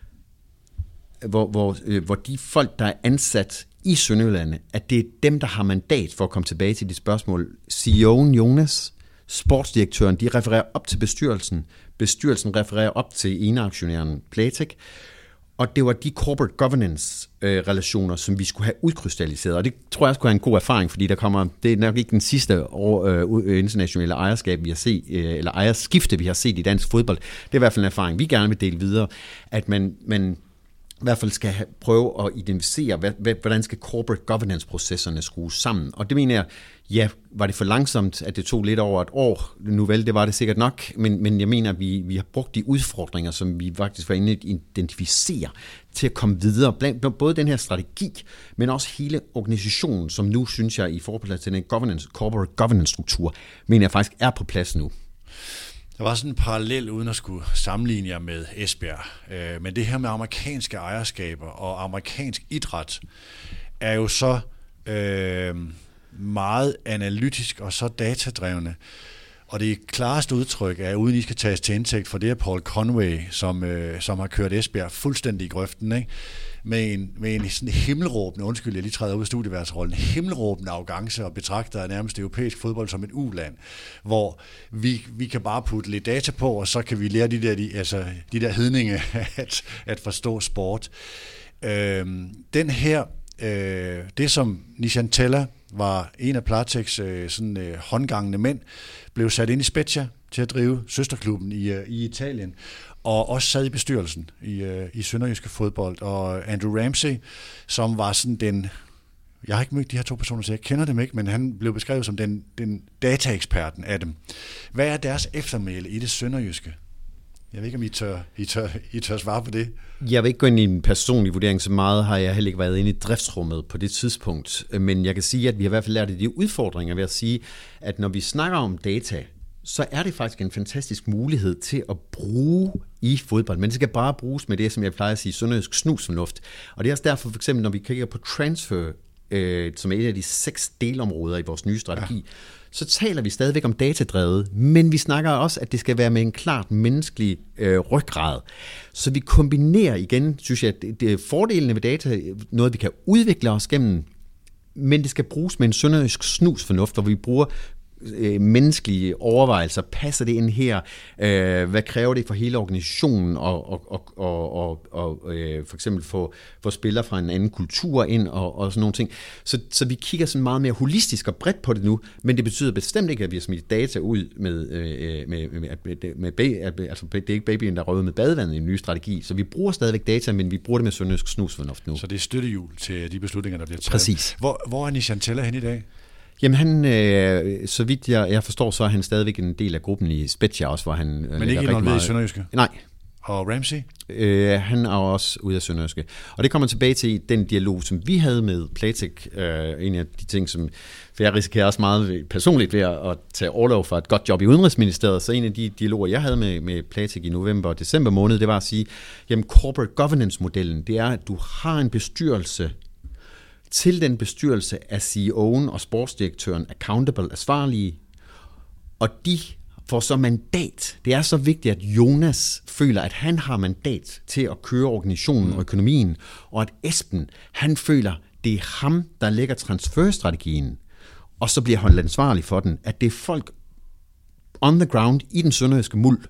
Speaker 3: hvor de folk, der er ansat i Sønderjylland, at det er dem, der har mandat for at komme tilbage til de spørgsmål. CEO'en Jonas, sportsdirektøren, de refererer op til bestyrelsen. Bestyrelsen refererer op til eneaktionæren Platic. Og det var de corporate governance-relationer, som vi skulle have udkrystalliseret. Og det tror jeg også kunne have en god erfaring, fordi det er nok ikke den sidste internationale ejerskab, vi har set, eller ejerskifte, vi har set i dansk fodbold. Det er i hvert fald en erfaring, vi gerne vil dele videre, at man i hvert fald skal prøve at identificere, hvordan skal corporate governance-processerne skrues sammen. Og det mener jeg, ja, var det for langsomt, at det tog lidt over et år? Nu vel, det var det sikkert nok, men jeg mener, at vi har brugt de udfordringer, som vi faktisk var inde at identificere, til at komme videre. Både den her strategi, men også hele organisationen, som nu, synes jeg, i forhold til den corporate governance-struktur, mener jeg faktisk er på plads nu.
Speaker 2: Der var sådan en parallel, uden at skulle sammenligne jer med Esbjerg. Men det her med amerikanske ejerskaber og amerikansk idræt er jo så meget analytisk og så datadrevne. Og det klareste udtryk er, uden I skal tages til indtægt for det, er Paul Conway, som har kørt Esbjerg fuldstændig i grøften, ikke? Med en sådan himmelråbende, undskyld, jeg lige træder ud af studieværtsrollen, himmelråbende arrogance og betragter nærmest europæisk fodbold som et u-land, hvor vi kan bare putte lidt data på, og så kan vi lære de der hedninge at forstå sport. Det som Nishan Tella var en af Platex håndgangende mænd, blev sat ind i Spezia til at drive søsterklubben i Italien, og også sad i bestyrelsen i Sønderjyske Fodbold. Og Andrew Ramsey, som var sådan jeg har ikke mødt de her to personer, så jeg kender dem ikke, men han blev beskrevet som den dataeksperten af dem. Hvad er deres eftermæle i det sønderjyske? Jeg ved ikke, om I tør svare på det.
Speaker 3: Jeg vil ikke gå ind i en personlig vurdering, så meget har jeg heller ikke været inde i driftsrummet på det tidspunkt. Men jeg kan sige, at vi har i hvert fald lært de udfordringer ved at sige, at når vi snakker om data, så er det faktisk en fantastisk mulighed til at bruge i fodbold. Men det skal bare bruges med det, som jeg plejer at sige, sønderjysk snusfornuft. Og det er også derfor, for eksempel, når vi kigger på transfer, som er et af de 6 delområder i vores nye strategi, så taler vi stadigvæk om datadrevet, men vi snakker også, at det skal være med en klart menneskelig ryggrad. Så vi kombinerer igen, synes jeg, det er fordelene ved data, noget vi kan udvikle os gennem, men det skal bruges med en sønderjysk snusfornuft, hvor vi bruger menneskelige overvejelser. Passer det ind her? Hvad kræver det for hele organisationen? Og for eksempel få spillere fra en anden kultur ind og sådan nogle ting. Så vi kigger sådan meget mere holistisk og bredt på det nu, men det betyder bestemt ikke, at vi har smidt data ud altså det er ikke babyen, der røver med badevandet i en ny strategi. Så vi bruger stadigvæk data, men vi bruger det med sønderjysk snusfornuft nu.
Speaker 2: Så det er støttehjul til de beslutninger, der bliver taget.
Speaker 3: Præcis.
Speaker 2: Hvor er Nishan Tella hen i dag?
Speaker 3: Jamen han, så vidt jeg forstår, så er han stadigvæk en del af gruppen i Spezia også, hvor han...
Speaker 2: Men ikke involveret i Sønderjyske?
Speaker 3: Nej.
Speaker 2: Og Ramsey?
Speaker 3: Han er også ude af Sønderjyske. Og det kommer tilbage til den dialog, som vi havde med Platek. En af de ting, som... For jeg risikerer også meget personligt ved at tage overlov for et godt job i Udenrigsministeriet. Så en af de dialoger, jeg havde med Platek i november og december måned, det var at sige, jamen corporate governance-modellen, det er, at du har en bestyrelse. Til den bestyrelse er CEO'en og sportsdirektøren accountable, ansvarlige, og de får så mandat. Det er så vigtigt, at Jonas føler, at han har mandat til at køre organisationen og økonomien, og at Esben, han føler, det er ham, der lægger transferstrategien, og så bliver han ansvarlig for den, at det er folk on the ground i den sønderjyske muld,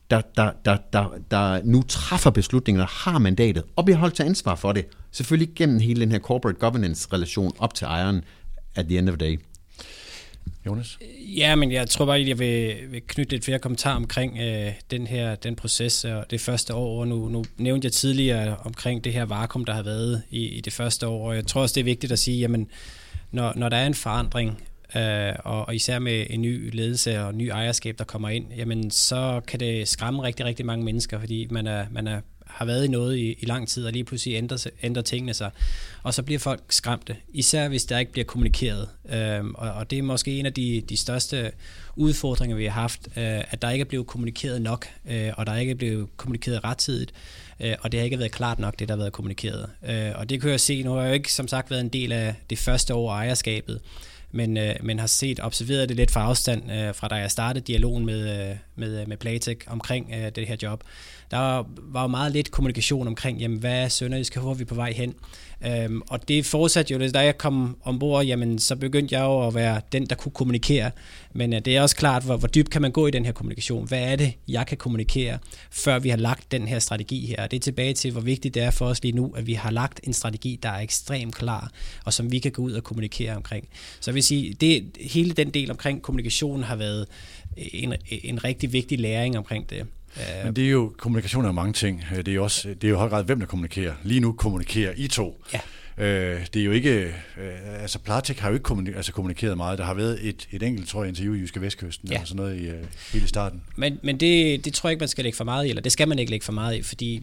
Speaker 3: der nu træffer beslutninger, der har mandatet, og bliver holdt til ansvar for det. Selvfølgelig gennem hele den her corporate governance-relation op til ejeren at the end of the day.
Speaker 2: Jonas?
Speaker 4: Ja, men jeg tror bare, at jeg vil knytte lidt flere kommentarer omkring den proces og det første år. Nu nævnte jeg tidligere omkring det her vakuum, der har været i det første år, og jeg tror også, det er vigtigt at sige, jamen, når der er en forandring, og især med en ny ledelse og ny ejerskab, der kommer ind, jamen så kan det skræmme rigtig, rigtig mange mennesker, fordi man har været i noget i lang tid, og lige pludselig ændrer tingene sig, og så bliver folk skræmte, især hvis der ikke bliver kommunikeret. Og det er måske en af de største udfordringer, vi har haft, at der ikke er blevet kommunikeret nok, og der ikke er blevet kommunikeret rettidigt, og det har ikke været klart nok, det der har været kommunikeret. Og det kan jeg se, nu har jeg jo ikke som sagt været en del af det første år af ejerskabet, men har observeret det lidt fra afstand, fra da jeg startede dialogen med Platek omkring det her job. Der var jo meget lidt kommunikation omkring, jamen, hvad er Sønderjyske, hvor er vi på vej hen? Og det fortsatte jo, da jeg kom ombord, jamen, så begyndte jeg jo at være den, der kunne kommunikere. Men det er også klart, hvor dybt kan man gå i den her kommunikation? Hvad er det, jeg kan kommunikere, før vi har lagt den her strategi her? Og det er tilbage til, hvor vigtigt det er for os lige nu, at vi har lagt en strategi, der er ekstremt klar, og som vi kan gå ud og kommunikere omkring. Så jeg vil sige, hele den del omkring kommunikationen har været en rigtig vigtig læring omkring det.
Speaker 2: Men det er jo kommunikation af mange ting. Det er jo i høj grad, hvem der kommunikerer. Lige nu kommunikerer I to.
Speaker 4: Ja.
Speaker 2: Det er jo ikke... Plartek har jo ikke kommunikeret meget. Der har været et enkelt, tror jeg, interview i Jyske Vestkysten, eller sådan noget helt i starten.
Speaker 4: Men det tror jeg ikke, man skal lægge for meget i, eller det skal man ikke lægge for meget i, fordi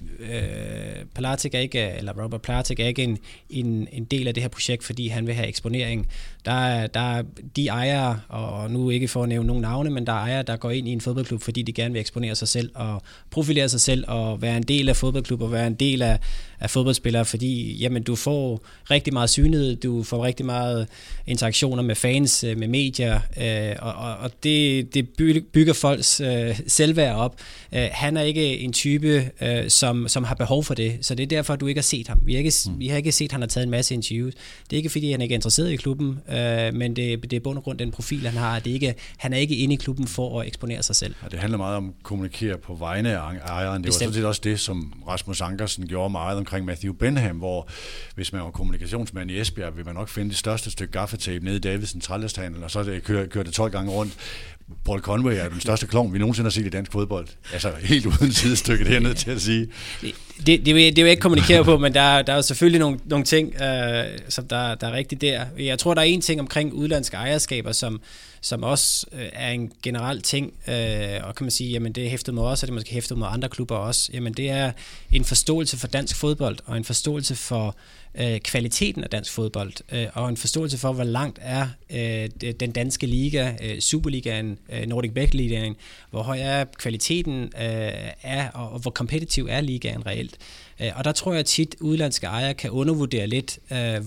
Speaker 4: Robert Plartek er ikke en del af det her projekt, fordi han vil have eksponering. Der er de ejere, og nu ikke for at nævne nogen navne, men der er ejere, der går ind i en fodboldklub, fordi de gerne vil eksponere sig selv, og profilere sig selv, og være en del af fodboldklub, og være en del af fodboldspillere, fordi jamen, du får rigtig meget synlighed, du får rigtig meget interaktioner med fans, med medier, og det bygger folks selvværd op. Han er ikke en type, som har behov for det, så det er derfor, du ikke har set ham. Vi har ikke set, at han har taget en masse interviews. Det er ikke, fordi han ikke er interesseret i klubben, men det er bund og grund den profil, han har. Han er ikke inde i klubben for at eksponere sig selv.
Speaker 2: Ja, det handler meget om at kommunikere på vegne af ejeren. Det var sådan set også det, som Rasmus Ankersen gjorde meget omkring Matthew Benham, hvor hvis man var kommunikationsmand i Esbjerg, vil man nok finde det største stykke gaffatape nede i Davidsen Trællershandel, og så kører det 12 gange rundt. Paul Conway er den største klovn, vi nogensinde har set i dansk fodbold. Altså helt uden sidestykke, det er jeg nødt til at sige.
Speaker 4: Det vil jeg ikke kommunikere på, men der er jo selvfølgelig nogle ting, som der er rigtigt der. Jeg tror, der er en ting omkring udlandske ejerskaber, som også er en generel ting, og kan man sige, jamen det hæfter mig også, og det måske hæfter mig andre klubber også, jamen det er en forståelse for dansk fodbold, og en forståelse for kvaliteten af dansk fodbold, og en forståelse for, hvor langt er den danske liga, Superligaen, Nordic Bet Ligaen, hvor høj er kvaliteten er, og hvor kompetitiv er ligaen reelt. Og der tror jeg tit, udlandske ejere kan undervurdere lidt,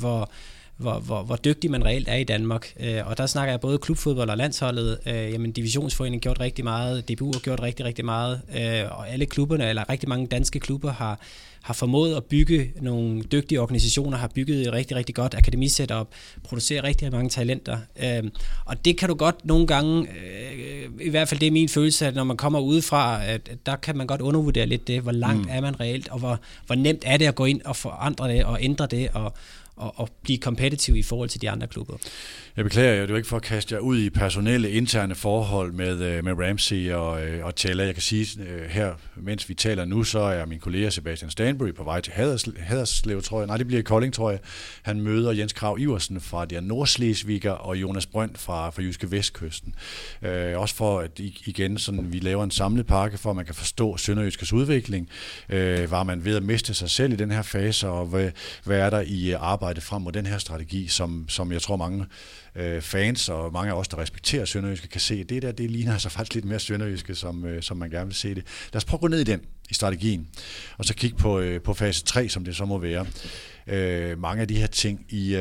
Speaker 4: hvor dygtig man reelt er i Danmark. Og der snakker jeg både klubfodbold og landsholdet. Jamen, divisionsforeningen har gjort rigtig meget, DBU har gjort rigtig, rigtig meget, og alle klubberne, eller rigtig mange danske klubber, har formået at bygge nogle dygtige organisationer, har bygget et rigtig, rigtig godt akademisetup, producerer rigtig mange talenter. Og det kan du godt nogle gange, i hvert fald det er min følelse, at når man kommer udefra, at der kan man godt undervurdere lidt det, hvor langt er man reelt, og hvor nemt er det at gå ind og forandre det, og ændre det, og blive kompetitiv i forhold til de andre klubber.
Speaker 2: Jeg beklager jer, det er jo ikke for at kaste jer ud i personelle, interne forhold med Ramsey og Tella. Jeg kan sige her, mens vi taler nu, så er min kollega Sebastian Stanbury på vej til Haderslev, tror jeg. Nej, det bliver i Kolding, tror jeg. Han møder Jens Krag Iversen fra der Nordslesviger og Jonas Brønd fra Jyske Vestkysten. Også for at igen, sådan, vi laver en samlet pakke, for at man kan forstå Sønderjyskes udvikling. Var man ved at miste sig selv i den her fase, og hvad er der i arbejdet frem mod den her strategi, som jeg tror mange fans og mange af os, der respekterer Sønderjyske, kan se, at det ligner altså faktisk lidt mere Sønderjyske, som man gerne vil se det. Lad os prøve at gå ned i strategien, og så kigge på fase 3, som det så må være. Mange af de her ting i...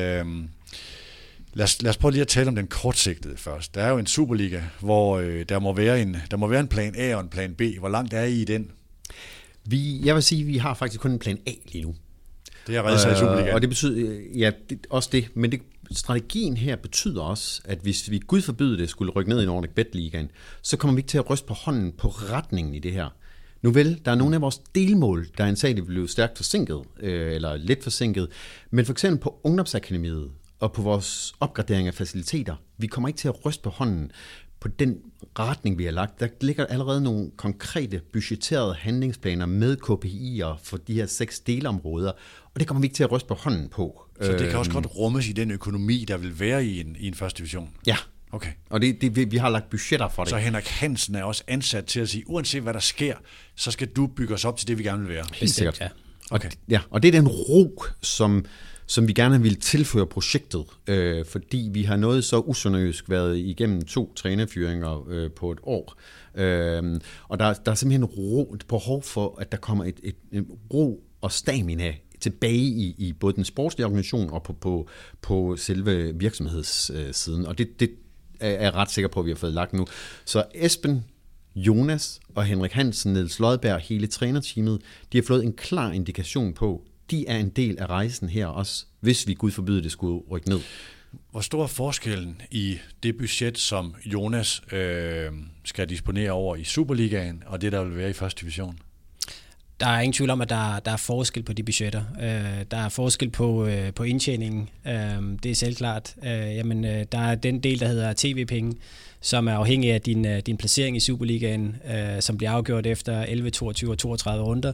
Speaker 2: Lad os prøve lige at tale om den kortsigtede først. Der er jo en Superliga, hvor der må være en plan A og en plan B. Hvor langt er I den?
Speaker 3: Jeg vil sige, at vi har faktisk kun en plan A lige nu.
Speaker 2: Det er reddet sig i Superligaen.
Speaker 3: Og det betyder, ja, også det, men strategien her betyder også, at hvis vi Gud forbyde det skulle rykke ned i Nordic Bet Ligaen, så kommer vi ikke til at ryste på hånden på retningen i det her. Nu vel, der er nogle af vores delmål, der er en sag, der blev stærkt forsinket, eller lidt forsinket, men for eksempel på Ungdomsakademiet og på vores opgradering af faciliteter, vi kommer ikke til at ryste på hånden på den retning, vi har lagt. Der ligger allerede nogle konkrete budgetterede handlingsplaner med KPI'er for de her 6 delområder, og det kommer vi ikke til at ryste på hånden på.
Speaker 2: Så det kan også godt rummes i den økonomi, der vil være i en første division?
Speaker 3: Ja.
Speaker 2: Okay.
Speaker 3: Og vi har lagt budgetter for det.
Speaker 2: Så Henrik Hansen er også ansat til at sige, uanset hvad der sker, så skal du bygge os op til det, vi gerne vil være?
Speaker 3: Helt sikkert.
Speaker 4: Ja.
Speaker 3: Okay. Og det er den ro, som vi gerne vil tilføre projektet, fordi vi har noget så usønderjysk været igennem 2 trænerfyringer på et år. Og der er simpelthen behov for, at der kommer et ro og stamina tilbage i både den sportslige organisation og på selve virksomhedssiden. Og det er jeg ret sikker på, at vi har fået lagt nu. Så Esben, Jonas og Henrik Hansen, Niels Lodberg, hele trænerteamet, de har fået en klar indikation på, de er en del af rejsen her også, hvis vi Gud forbyde det skulle rykke ned.
Speaker 2: Hvor stor er forskellen i det budget, som Jonas skal disponere over i Superligaen, og det, der vil være i første division?
Speaker 4: der er ingen tvivl om, at der er forskel på de budgetter. Der er forskel på indtjeningen. Det er selvklart. Der er den del, der hedder tv-penge, som er afhængig af din placering i Superligaen, som bliver afgjort efter 11, 22 og 32 runder.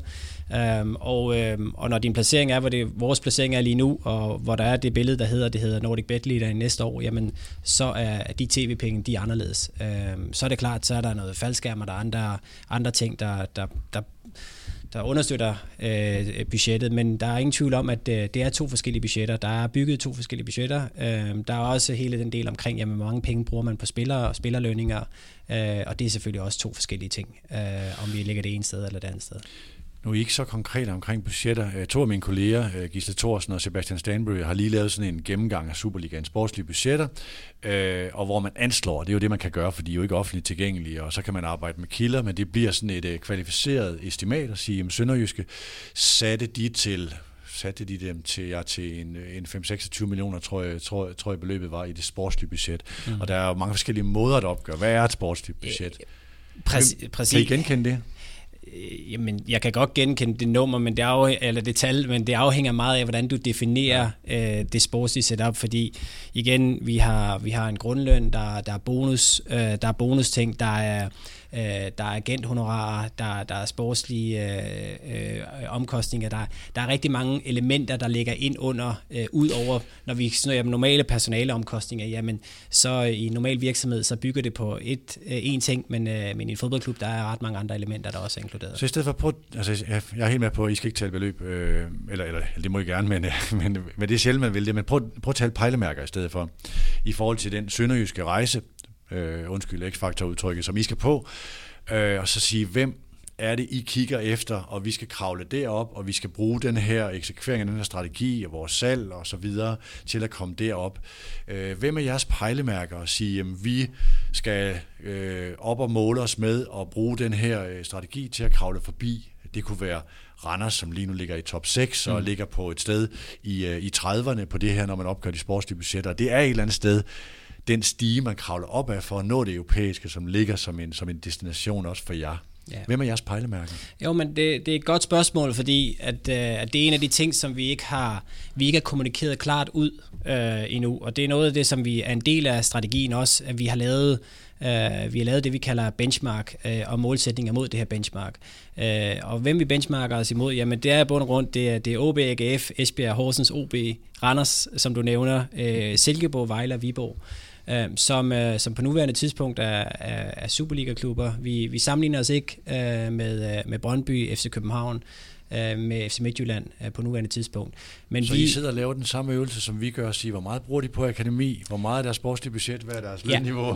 Speaker 4: Og når din placering er, hvor vores placering er lige nu, og hvor der er det billede, det hedder Nordic Bet Leader næste år, jamen, så er de tv-penge, de er anderledes. Så er det klart, så er der noget faldskærm, og der er andre ting, der understøtter budgettet, men der er ingen tvivl om, at det er 2 forskellige budgetter. Der er bygget 2 forskellige budgetter. Der er også hele den del omkring, jamen, hvor mange penge bruger man på spillere og spillerlønninger, og det er selvfølgelig også 2 forskellige ting, om vi ligger det ene sted eller det andet sted.
Speaker 2: Nu er I ikke så konkrete omkring budgetter. 2 af mine kolleger, Gisle Thorsen og Sebastian Stanbury, har lige lavet sådan en gennemgang af Superligaens sportslige budgetter, og hvor man anslår, det er jo det, man kan gøre, for de er jo ikke offentligt tilgængelige, og så kan man arbejde med kilder, men det bliver sådan et kvalificeret estimat at sige, at Sønderjyske satte de dem til en 5-26 millioner, tror jeg beløbet var i det sportslige budget. Og der er jo mange forskellige måder at opgøre. Hvad er et sportsligt budget?
Speaker 4: Præcis.
Speaker 2: Kan I genkende det?
Speaker 4: Jamen, jeg kan godt genkende det nummer, men det tal, men det afhænger meget af, hvordan du definerer det sportslige setup, fordi igen, vi har en grundløn, der er bonusting, der er agenthonorarer, der er sportslige omkostninger, der er rigtig mange elementer, der ligger ind under, ud over, når vi snakker normale personaleomkostninger, jamen, så i en normal virksomhed, så bygger det på en ting, men i en fodboldklub, der er ret mange andre elementer, der også er inkluderet.
Speaker 2: Så i stedet for jeg er helt med på, at I skal ikke tale beløb, eller det må I gerne, men det er sjældent, man vil det, men prøv at tale pejlemærker i stedet for, i forhold til den sønderjyske rejse, X-faktor-udtrykket, som I skal på, og så sige, hvem er det, I kigger efter, og vi skal kravle derop, og vi skal bruge den her eksekvering af den her strategi, og vores salg og så videre, til at komme derop. Hvem er jeres pejlemærker og sige, at vi skal op og måle os med og bruge den her strategi til at kravle forbi? Det kunne være Randers, som lige nu ligger i top 6 og ligger på et sted i 30'erne på det her, når man opgør de sportslige budgetter. Det er et eller andet sted, den stige, man kravler op af for at nå det europæiske, som ligger som en destination også for jer. Ja. Hvem er jeres pejlemærker?
Speaker 4: Jo, men det er et godt spørgsmål, fordi at det er en af de ting, som vi ikke har kommunikeret klart ud endnu, og det er noget af det, som vi er en del af strategien også, at vi har lavet det, vi kalder benchmark og målsætninger mod det her benchmark. Og hvem vi benchmarker os imod, jamen det er i bund og grund, det er OB, AGF, Esbjerg, Horsens, OB, Randers, som du nævner, Silkeborg, Vejle og Viborg. Som på nuværende tidspunkt er Superliga-klubber. Vi sammenligner os ikke med Brøndby, FC København, med FC Midtjylland på nuværende tidspunkt. Men
Speaker 2: så I sidder og laver den samme øvelse, som vi gør, og siger, hvor meget bruger de på akademi, hvor meget er deres sportslige budget, hvad er deres lønniveau?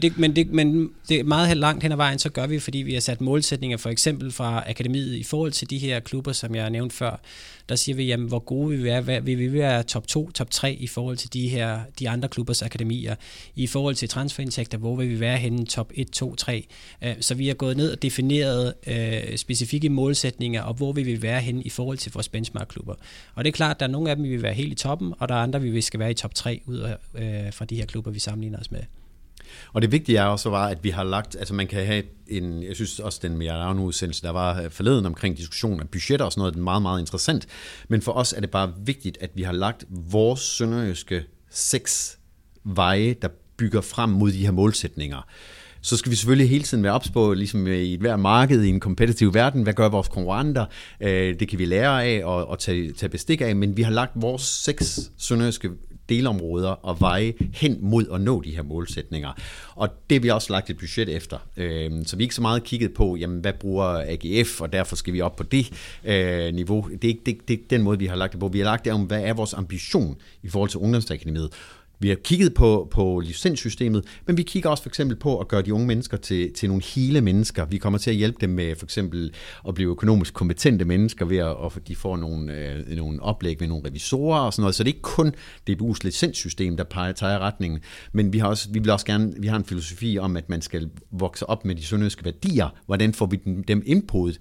Speaker 4: Men det er meget langt hen ad vejen, så gør vi, fordi vi har sat målsætninger, for eksempel fra akademiet, i forhold til de her klubber, som jeg nævnte før. Der siger vi, jamen, hvor gode vil vi være? Vil vi være top 2, top 3 i forhold til de andre klubbers akademier? I forhold til transferindtægter, hvor vil vi være henne? Top 1, 2, 3. Så vi har gået ned og defineret specifikke målsætninger, og hvor vil vi være henne i forhold til vores benchmark-klubber. Og det er klart, at der er nogle af dem, vi vil være helt i toppen, og der er andre, vi skal være i top 3 ud fra de her klubber, vi sammenligner os med.
Speaker 3: Og det vigtige er også bare, at vi har lagt, altså man kan have jeg synes også, den Mediano-udsendelse, der var forleden omkring diskussion af budgetter og sådan noget, er meget, meget interessant. Men for os er det bare vigtigt, at vi har lagt vores sønderjyske 6 veje, der bygger frem mod de her målsætninger. Så skal vi selvfølgelig hele tiden være ops på, ligesom i et hver marked i en kompetitiv verden, hvad gør vores konkurrenter? Det kan vi lære af og tage bestik af, men vi har lagt vores 6 sønderjyske delområder og veje hen mod at nå de her målsætninger. Og det har vi også lagt et budget efter. Så vi er ikke så meget kigget på, jamen, hvad bruger AGF, og derfor skal vi op på det niveau. Det er ikke den måde, vi har lagt det på. Vi har lagt det om, hvad er vores ambition i forhold til ungdomsakademiet. Vi har kigget på licenssystemet, men vi kigger også for eksempel på at gøre de unge mennesker til nogle hele mennesker. Vi kommer til at hjælpe dem med for eksempel at blive økonomisk kompetente mennesker ved at de får nogle oplæg med nogle revisorer og sådan noget. Så det er ikke kun DBU's licenssystem, der tager retningen, men vi har en filosofi om, at man skal vokse op med de sønderjyske værdier. Hvordan får vi dem indpodet?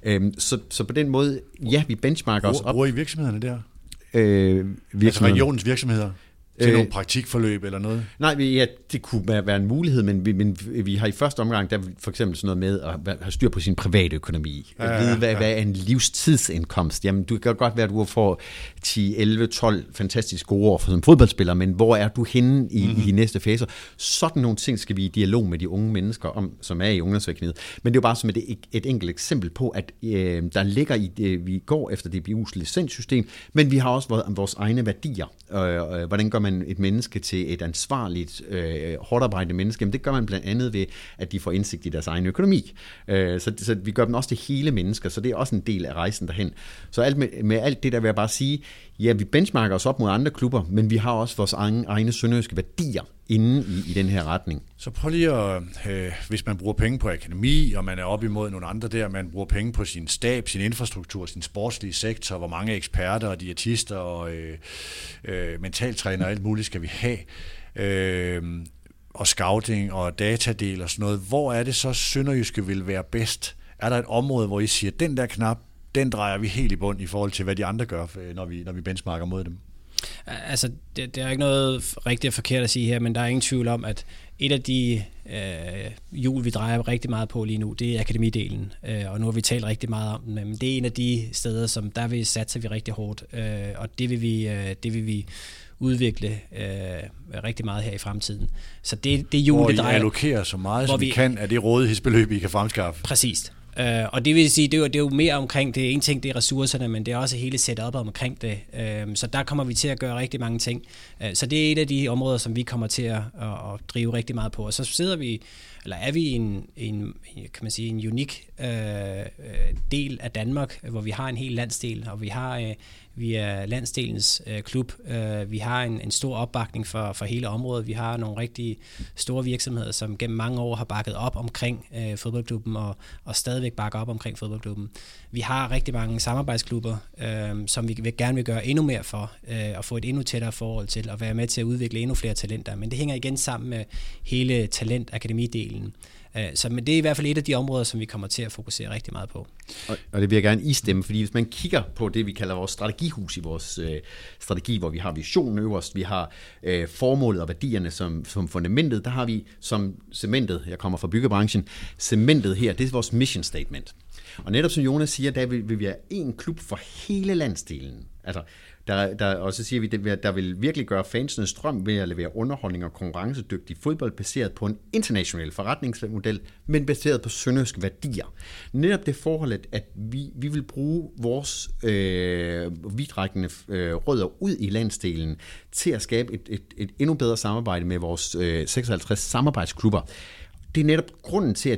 Speaker 3: Så på den måde, ja, vi benchmarker os op.
Speaker 2: Bruger I virksomhederne der? Altså regionens virksomheder? Til nogle praktikforløb eller noget?
Speaker 3: Nej, ja, det kunne være en mulighed, men vi har i første omgang, der for eksempel sådan noget med at have styr på sin private økonomi. Vide, hvad er en livstidsindkomst? Jamen, du kan godt være, at du får 10, 11, 12 fantastisk gode år som fodboldspiller, men hvor er du henne i de næste faser? Sådan nogle ting skal vi i dialog med de unge mennesker om, som er i ungdomsvirksomhed. Men det er jo bare som et enkelt eksempel på, at der ligger i det, vi går efter DBU's licenssystem, men vi har også vores egne værdier. Hvordan gør man et menneske til et ansvarligt, hårdt arbejdende menneske? Jamen, det gør man blandt andet ved, at de får indsigt i deres egen økonomi. Så vi gør dem også til hele mennesker, så det er også en del af rejsen derhen. Så med alt det der vil jeg bare sige, ja, vi benchmarker os op mod andre klubber, men vi har også vores egne sønderjyske værdier inde i den her retning.
Speaker 2: Så prøv lige at, hvis man bruger penge på akademi, og man er op imod nogle andre der, man bruger penge på sin stab, sin infrastruktur, sin sportslige sektor, hvor mange eksperter og diætister og mentaltræner og alt muligt skal vi have, og scouting og datadel og sådan noget. Hvor er det så Sønderjyske vil være bedst? Er der et område, hvor I siger, den der knap, den drejer vi helt i bund i forhold til, hvad de andre gør, når vi benchmarker mod dem?
Speaker 4: Altså, det er ikke noget rigtigt og forkert at sige her, men der er ingen tvivl om, at et af de hjul, vi drejer rigtig meget på lige nu, det er akademidelen, og nu har vi talt rigtig meget om den, men det er en af de steder, som der satser vi rigtig hårdt, og det vil vi udvikle rigtig meget her i fremtiden. Så det hjul, det drejer...
Speaker 2: Hvor I allokerer så meget, som vi kan af det rådighedsbeløb, I kan fremskaffe.
Speaker 4: Præcist. Og det vil sige, det er jo mere omkring det. En ting, det er ressourcerne, men det er også hele setupet omkring det. Så der kommer vi til at gøre rigtig mange ting. Så det er et af de områder, som vi kommer til at drive rigtig meget på. Og så sidder vi, eller er vi i en unik del af Danmark, hvor vi har en hel landsdel, og vi er landsdelens klub. Vi har en stor opbakning for hele området. Vi har nogle rigtig store virksomheder, som gennem mange år har bakket op omkring fodboldklubben, og stadigvæk bakker op omkring fodboldklubben. Vi har rigtig mange samarbejdsklubber, som vi gerne vil gøre endnu mere for, at få et endnu tættere forhold til, og være med til at udvikle endnu flere talenter. Men det hænger igen sammen med hele talentakademidelen. Men det er i hvert fald et af de områder, som vi kommer til at fokusere rigtig meget på.
Speaker 3: Og det vil jeg gerne istemme, fordi hvis man kigger på det, vi kalder vores strategihus i vores strategi, hvor vi har visionen øverst, vi har formålet og værdierne som fundamentet, der har vi som cementet, jeg kommer fra byggebranchen, cementet her, det er vores mission statement. Og netop som Jonas siger, der vil vi have en klub for hele landsdelen. Altså, og så siger vi, der vil virkelig gøre fansenes drøm ved at levere underholdning og konkurrencedygtig fodbold baseret på en international forretningsmodel, men baseret på sønderjyske værdier. Netop det forhold, at vi vil bruge vores vidtrækkende rødder ud i landsdelen til at skabe et endnu bedre samarbejde med vores 56 samarbejdsklubber. Det er netop grunden til, at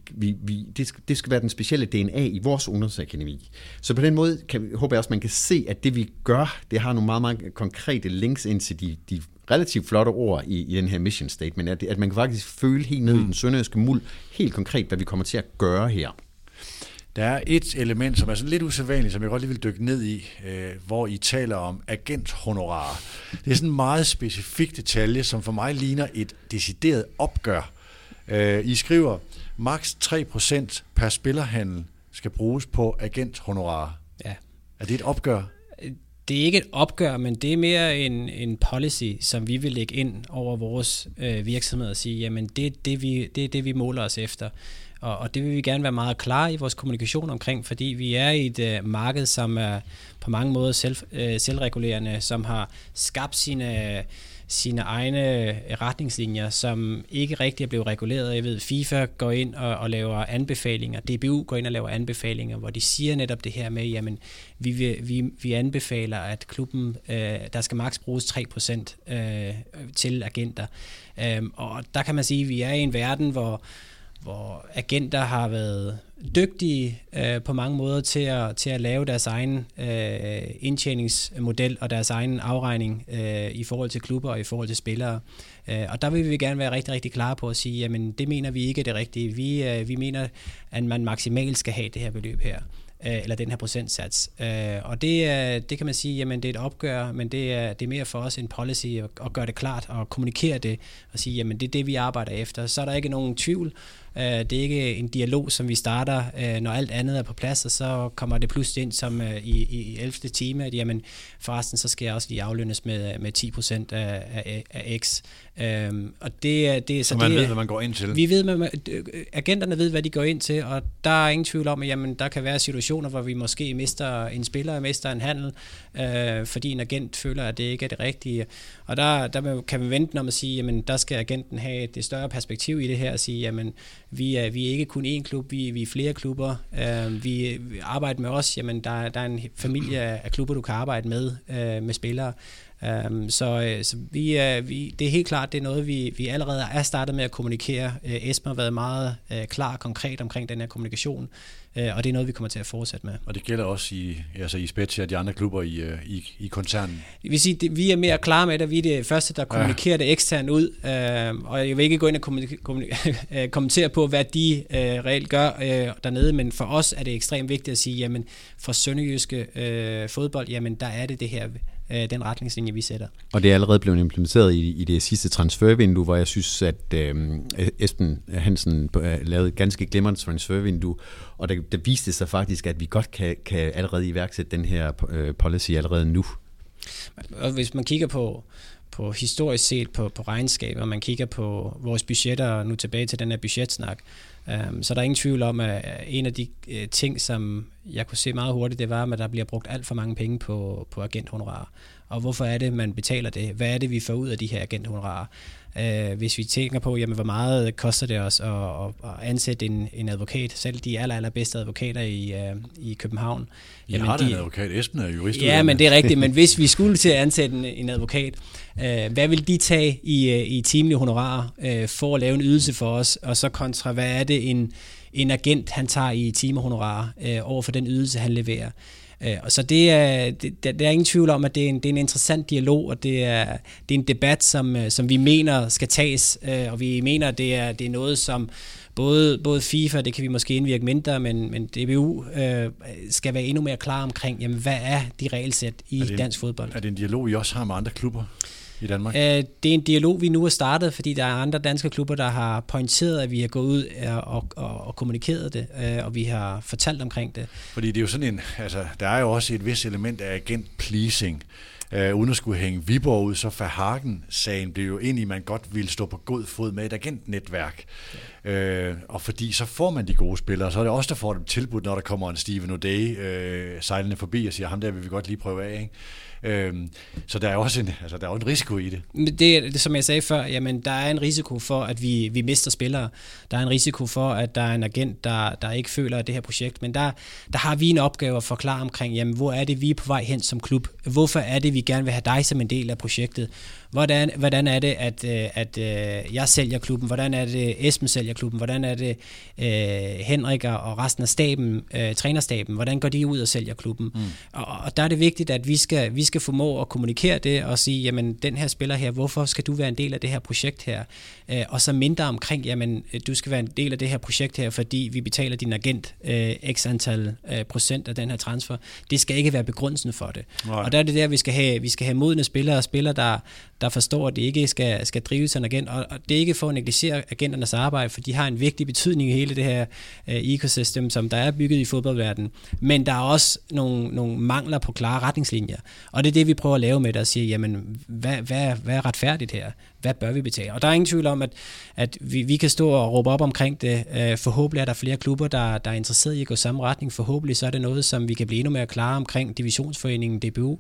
Speaker 3: det skal være den specielle DNA i vores ungdomsakademi. Så på den måde håber jeg også, man kan se, at det vi gør, det har nogle meget, meget konkrete links ind til de relativt flotte ord i den her mission statement, at man kan faktisk føle helt ned i den sønderjyske muld, helt konkret, hvad vi kommer til at gøre her.
Speaker 2: Der er et element, som er sådan lidt usædvanligt, som jeg godt lige vil dykke ned i, hvor I taler om agenthonorarer. Det er sådan en meget specifik detalje, som for mig ligner et decideret opgør. I skriver, maks 3% per spillerhandel skal bruges på agenthonorarer. Ja. Er det et opgør?
Speaker 4: Det er ikke et opgør, men det er mere en policy, som vi vil lægge ind over vores virksomhed og sige, jamen det er det, vi måler os efter. Og det vil vi gerne være meget klare i vores kommunikation omkring, fordi vi er i et marked, som er på mange måder selvregulerende, som har skabt sine egne retningslinjer, som ikke rigtig er blevet reguleret. Jeg ved, FIFA går ind og laver anbefalinger, DBU går ind og laver anbefalinger, hvor de siger netop det her med, jamen, vi anbefaler, at klubben, der skal maks bruges 3% til agenter. Og der kan man sige, at vi er i en verden, hvor agenter har været dygtige på mange måder til at lave deres egen indtjeningsmodel og deres egen afregning i forhold til klubber og i forhold til spillere. Og der vil vi gerne være rigtig, rigtig klare på at sige, jamen det mener vi ikke er det rigtige. Vi mener, at man maksimalt skal have det her beløb her. eller den her procentsats. Og det kan man sige, jamen det er et opgør, men det er mere for os en policy at gøre det klart og kommunikere det og sige, jamen det er det, vi arbejder efter. Så er der ikke nogen tvivl. Det er ikke en dialog, som vi starter, når alt andet er på plads, og så kommer det pludselig ind som i 11. time, at jamen forresten, så skal jeg også lige aflønnes med 10% af X. Og det
Speaker 2: så man ved, hvad man går ind til.
Speaker 4: Vi ved, agenterne ved, hvad de går ind til, og der er ingen tvivl om, at jamen, der kan være situationer, hvor vi måske mister en spiller, mister en handel, fordi en agent føler, at det ikke er det rigtige. Og der kan vi vente om at sige, jamen der skal agenten have et større perspektiv i det her, og sige, jamen vi er ikke kun én klub, vi er flere klubber. Vi arbejder med os, jamen der er en familie af klubber, du kan arbejde med spillere. Så det er helt klart, det er noget, vi allerede er startet med at kommunikere. Esben har været meget klar og konkret omkring den her kommunikation, og det er noget, vi kommer til at fortsætte med.
Speaker 2: Og det gælder også i Spezia og de andre klubber i koncernen?
Speaker 4: Det vil sige, vi er mere klare med det, vi er det første, der kommunikerer det eksternt ud, og jeg vil ikke gå ind og kommentere på, hvad de reelt gør dernede, men for os er det ekstremt vigtigt at sige, jamen for sønderjyske fodbold, jamen der er det her, den retningslinje, vi sætter.
Speaker 3: Og det er allerede blevet implementeret i det sidste transfervindue, hvor jeg synes, at Esben Hansen lavede et ganske glimrende transfervindue, og der viste sig faktisk, at vi godt kan allerede iværksætte den her policy allerede nu.
Speaker 4: Og hvis man kigger på historisk set på regnskaber, og man kigger på vores budgetter, nu tilbage til den her budgetsnak, så der er ingen tvivl om, at en af de ting, som jeg kunne se meget hurtigt, det var, at der bliver brugt alt for mange penge på agenthonorarer. Og hvorfor er det, man betaler det? Hvad er det, vi får ud af de her agenthonorarer? Hvis vi tænker på, jamen, hvor meget koster det os at ansætte en advokat, selv de allerbedste advokater i København.
Speaker 2: Jamen, har en advokat? Esben er jurist.
Speaker 4: Ja, men det er rigtigt, men hvis vi skulle til at ansætte en advokat, hvad vil de tage i timelige honorarer for at lave en ydelse for os, og så kontra, hvad er det en agent, han tager i timehonorarer over for den ydelse, han leverer. Og så der er ingen tvivl om, at det er en interessant dialog, og det er en debat, som vi mener skal tages, og vi mener, at det er noget, som både FIFA, det kan vi måske indvirke mindre, men DBU skal være endnu mere klar omkring, jamen, hvad er de regelsæt i dansk fodbold.
Speaker 2: Er det en dialog, I også har med andre klubber i Danmark?
Speaker 4: Det er en dialog, vi nu har startet, fordi der er andre danske klubber, der har pointeret, at vi har gået ud og kommunikeret det, og vi har fortalt omkring det.
Speaker 2: Fordi det er jo sådan der er jo også et vis element af agent-pleasing. Uden at skulle hænge Viborg ud, så Verhagen-sagen blev jo egentlig, man godt ville stå på god fod med et agentnetværk. Og fordi så får man de gode spillere, så er det også der får dem tilbudt, når der kommer en Steven O'Day sejlende forbi og siger, ham der vil vi godt lige prøve af, ikke? Så der er også der er en risiko i det.
Speaker 4: Det som jeg sagde før, jamen der er en risiko for, at vi mister spillere. Der er en risiko for, at der er en agent, der ikke føler det her projekt. Men der har vi en opgave at forklare omkring, jamen hvor er det, vi er på vej hen som klub? Hvorfor er det, vi gerne vil have dig som en del af projektet? Hvordan er det, at jeg sælger klubben? Hvordan er det, Esben sælger klubben? Hvordan er det, Henrik og resten af staben, trænerstaben, hvordan går de ud og sælger klubben? Og der er det vigtigt, at vi skal formå at kommunikere det og sige, jamen den her spiller her, hvorfor skal du være en del af det her projekt her? Og så mindre omkring, jamen du skal være en del af det her projekt her, fordi vi betaler din agent x antal procent af den her transfer. Det skal ikke være begrundelsen for det. Nej. Og der er det der, vi skal have modne spillere, der forstår, at det ikke skal drives af en agent, og det er ikke for at negligere agenternes arbejde, for de har en vigtig betydning i hele det her ecosystem, som der er bygget i fodboldverdenen. Men der er også nogle mangler på klare retningslinjer, og det er det, vi prøver at lave med det, og sige, jamen, hvad er retfærdigt her? Hvad bør vi betale? Og der er ingen tvivl om, at vi kan stå og råbe op omkring det. Forhåbentlig er der flere klubber, der er interesseret i at gå samme retning. Forhåbentlig så er det noget, som vi kan blive endnu mere klare omkring divisionsforeningen DBU.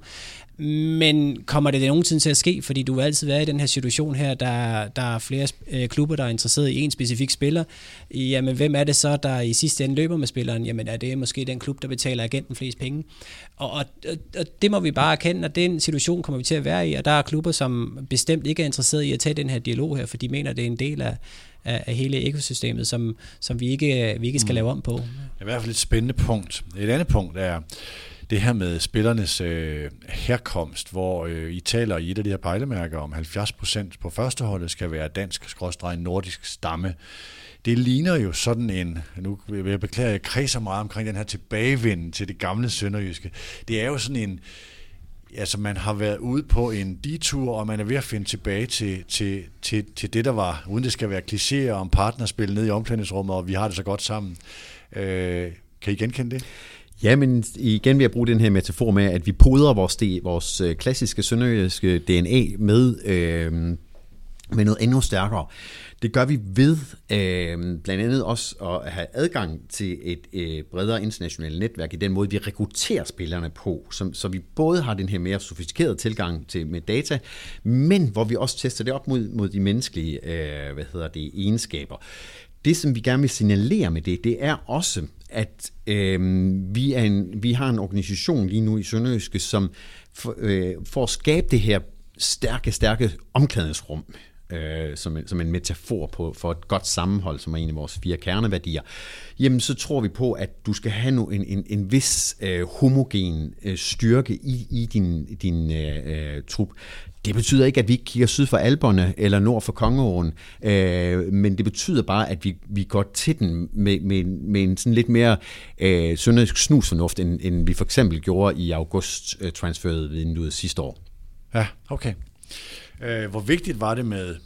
Speaker 4: Men kommer det nogensinde til at ske? Fordi du vil altid være i den her situation her, der er flere klubber, der er interesseret i en specifik spiller. Jamen, hvem er det så, der i sidste ende løber med spilleren? Jamen, er det måske den klub, der betaler agenten flest penge? Og det må vi bare erkende, at den situation kommer vi til at være i, og der er klubber, som bestemt ikke er interesseret i at tage den her dialog her, for de mener, at det er en del af hele økosystemet, som vi ikke skal lave om på.
Speaker 2: I hvert fald et spændende punkt. Et andet punkt er det her med spillernes herkomst, hvor I taler i et af de her pejlemærker om 70% på førsteholdet skal være dansk/nordisk stamme. Det ligner jo sådan en, nu vil jeg beklage, jeg kredser meget omkring den her tilbagevenden til det gamle sønderjyske. Det er jo sådan en, altså man har været ude på en detur, og man er ved at finde tilbage til det, der var, uden det skal være klichéer om partnerspil nede i omklædningsrummet, og vi har det så godt sammen. Kan I genkende det?
Speaker 3: Ja, men igen vil jeg bruge den her metafor med, at vi podrer vores klassiske sønderjyske DNA med noget endnu stærkere. Det gør vi ved blandt andet også at have adgang til et bredere internationalt netværk i den måde, vi rekrutterer spillerne på, så vi både har den her mere sofistikerede tilgang med data, men hvor vi også tester det op mod de menneskelige egenskaber. Det, som vi gerne vil signalere med det er også, at vi har en organisation lige nu i Sønderjyske, som for at skabe det her stærke omklædningsrum, som en metafor for et godt sammenhold, som er en af vores 4 kerneværdier, jamen så tror vi på, at du skal have en vis homogen styrke i din trup. Det betyder ikke, at vi ikke kigger syd for Alperne eller nord for Kongeåen, men det betyder bare, at vi går til den med en sådan lidt mere sønderjysk snusfornuft, end vi for eksempel gjorde i august-transferet vinduet sidste år.
Speaker 2: Ja, okay. Hvor vigtigt var det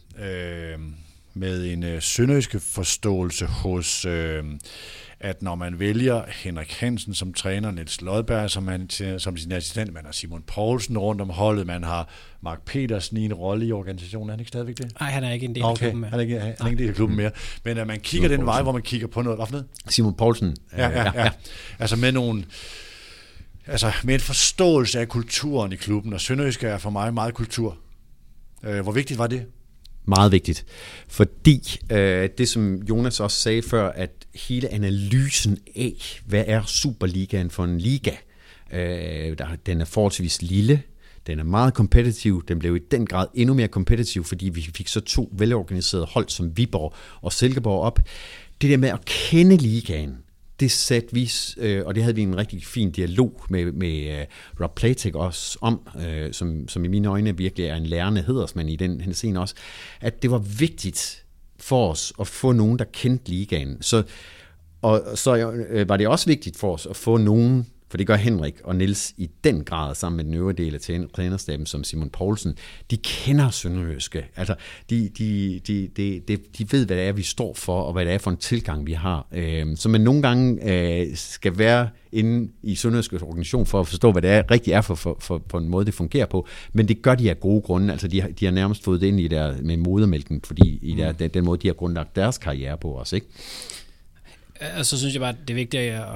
Speaker 2: med en sønderjyske forståelse hos, at når man vælger Henrik Hansen som træner, Niels Lodberg som sin assistent, man har Simon Poulsen rundt om holdet, man har Mark Petersen i en rolle i organisationen, er han ikke stadigvæk det?
Speaker 4: Nej, han er ikke en del af klubben mere.
Speaker 2: Han er ikke en del af klubben mere. Men at man kigger den vej, hvor man kigger på noget, hvad for noget?
Speaker 3: Simon Poulsen.
Speaker 2: Ja. Altså med en forståelse af kulturen i klubben, og sønderjysk er for mig meget kultur. Hvor vigtigt var det?
Speaker 3: Meget vigtigt, fordi det som Jonas også sagde før, at hele analysen af, hvad er Superligaen for en liga, den er forholdsvis lille, den er meget kompetitiv, den blev i den grad endnu mere kompetitiv, fordi vi fik så 2 velorganiserede hold som Viborg og Silkeborg op. Det der med at kende ligaen, det satte vi, og det havde vi en rigtig fin dialog med Rob Platek også om, som i mine øjne virkelig er en lærende hædersmand i den henseende også, at det var vigtigt for os at få nogen, der kendte ligaen. Så var det også vigtigt for os at få nogen, for det gør Henrik og Niels i den grad sammen med den øvrige del af trænerstaben som Simon Poulsen. De kender sønderjyske. Altså, de ved, hvad det er, vi står for, og hvad det er for en tilgang, vi har. Så man nogle gange skal være inde i sønderjyske organisation for at forstå, hvad det er, rigtigt er for en måde, det fungerer på. Men det gør de af gode grunde. Altså, de har nærmest fået det ind i med modermælken, fordi i den måde, de har grundlagt deres karriere på os, ikke?
Speaker 4: Og så synes jeg bare, det er vigtigt at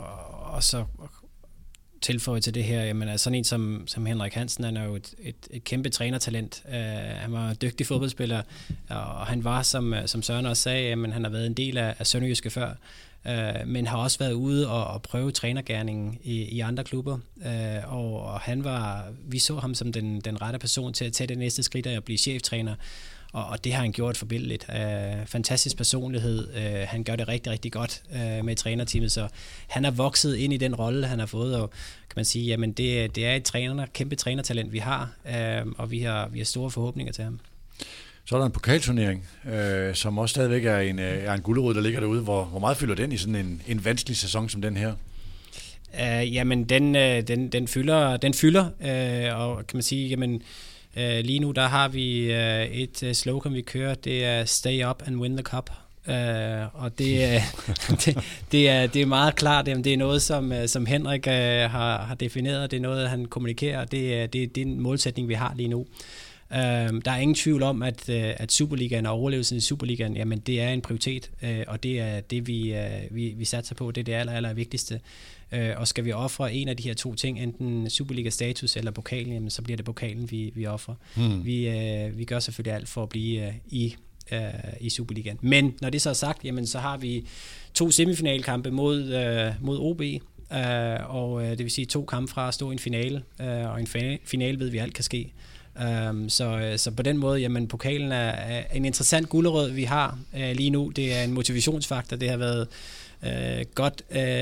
Speaker 4: tilføje til det her, jamen altså sådan en som Henrik Hansen, han er jo et kæmpe trænertalent. Han var en dygtig fodboldspiller, og han var, som Søren også sagde, jamen han har været en del af Sønderjyske før, men har også været ude og prøve trænergerningen i andre klubber, og vi så ham som den rette person til at tage det næste skridt af at blive cheftræner, og det har han gjort forbilledligt. Fantastisk personlighed. Han gør det rigtig, rigtig godt med trænerteamet, så han har vokset ind i den rolle, han har fået, og kan man sige, jamen det er et kæmpe trænertalent, vi har, og vi har store forhåbninger til ham.
Speaker 2: Så er der en pokalturnering, som også stadigvæk er en gulerod, der ligger derude. Hvor meget fylder den i sådan en vanskelig sæson som den her?
Speaker 4: Jamen, den fylder, og kan man sige, jamen, lige nu der har vi et slogan, vi kører, det er Stay Up and Win the Cup. Og det er meget klart, det er noget, som Henrik har defineret, det er noget, han kommunikerer, det er en målsætning, vi har lige nu. Der er ingen tvivl om, at Superligaen og overlevelsen i Superligaen, jamen det er en prioritet, og det er det, vi satser på, det er det aller vigtigste. Og skal vi ofre en af de her 2 ting, enten Superliga-status eller pokalen, jamen, så bliver det pokalen, vi offrer. Vi gør selvfølgelig alt for at blive i Superligaen. Men når det så er sagt, jamen, så har vi 2 semifinalkampe mod OB, og det vil sige 2 kampe fra at stå i en finale, og en finale ved vi alt kan ske. Så på den måde, jamen pokalen er en interessant gulerod, vi har lige nu. Det er en motivationsfaktor. Det har været godt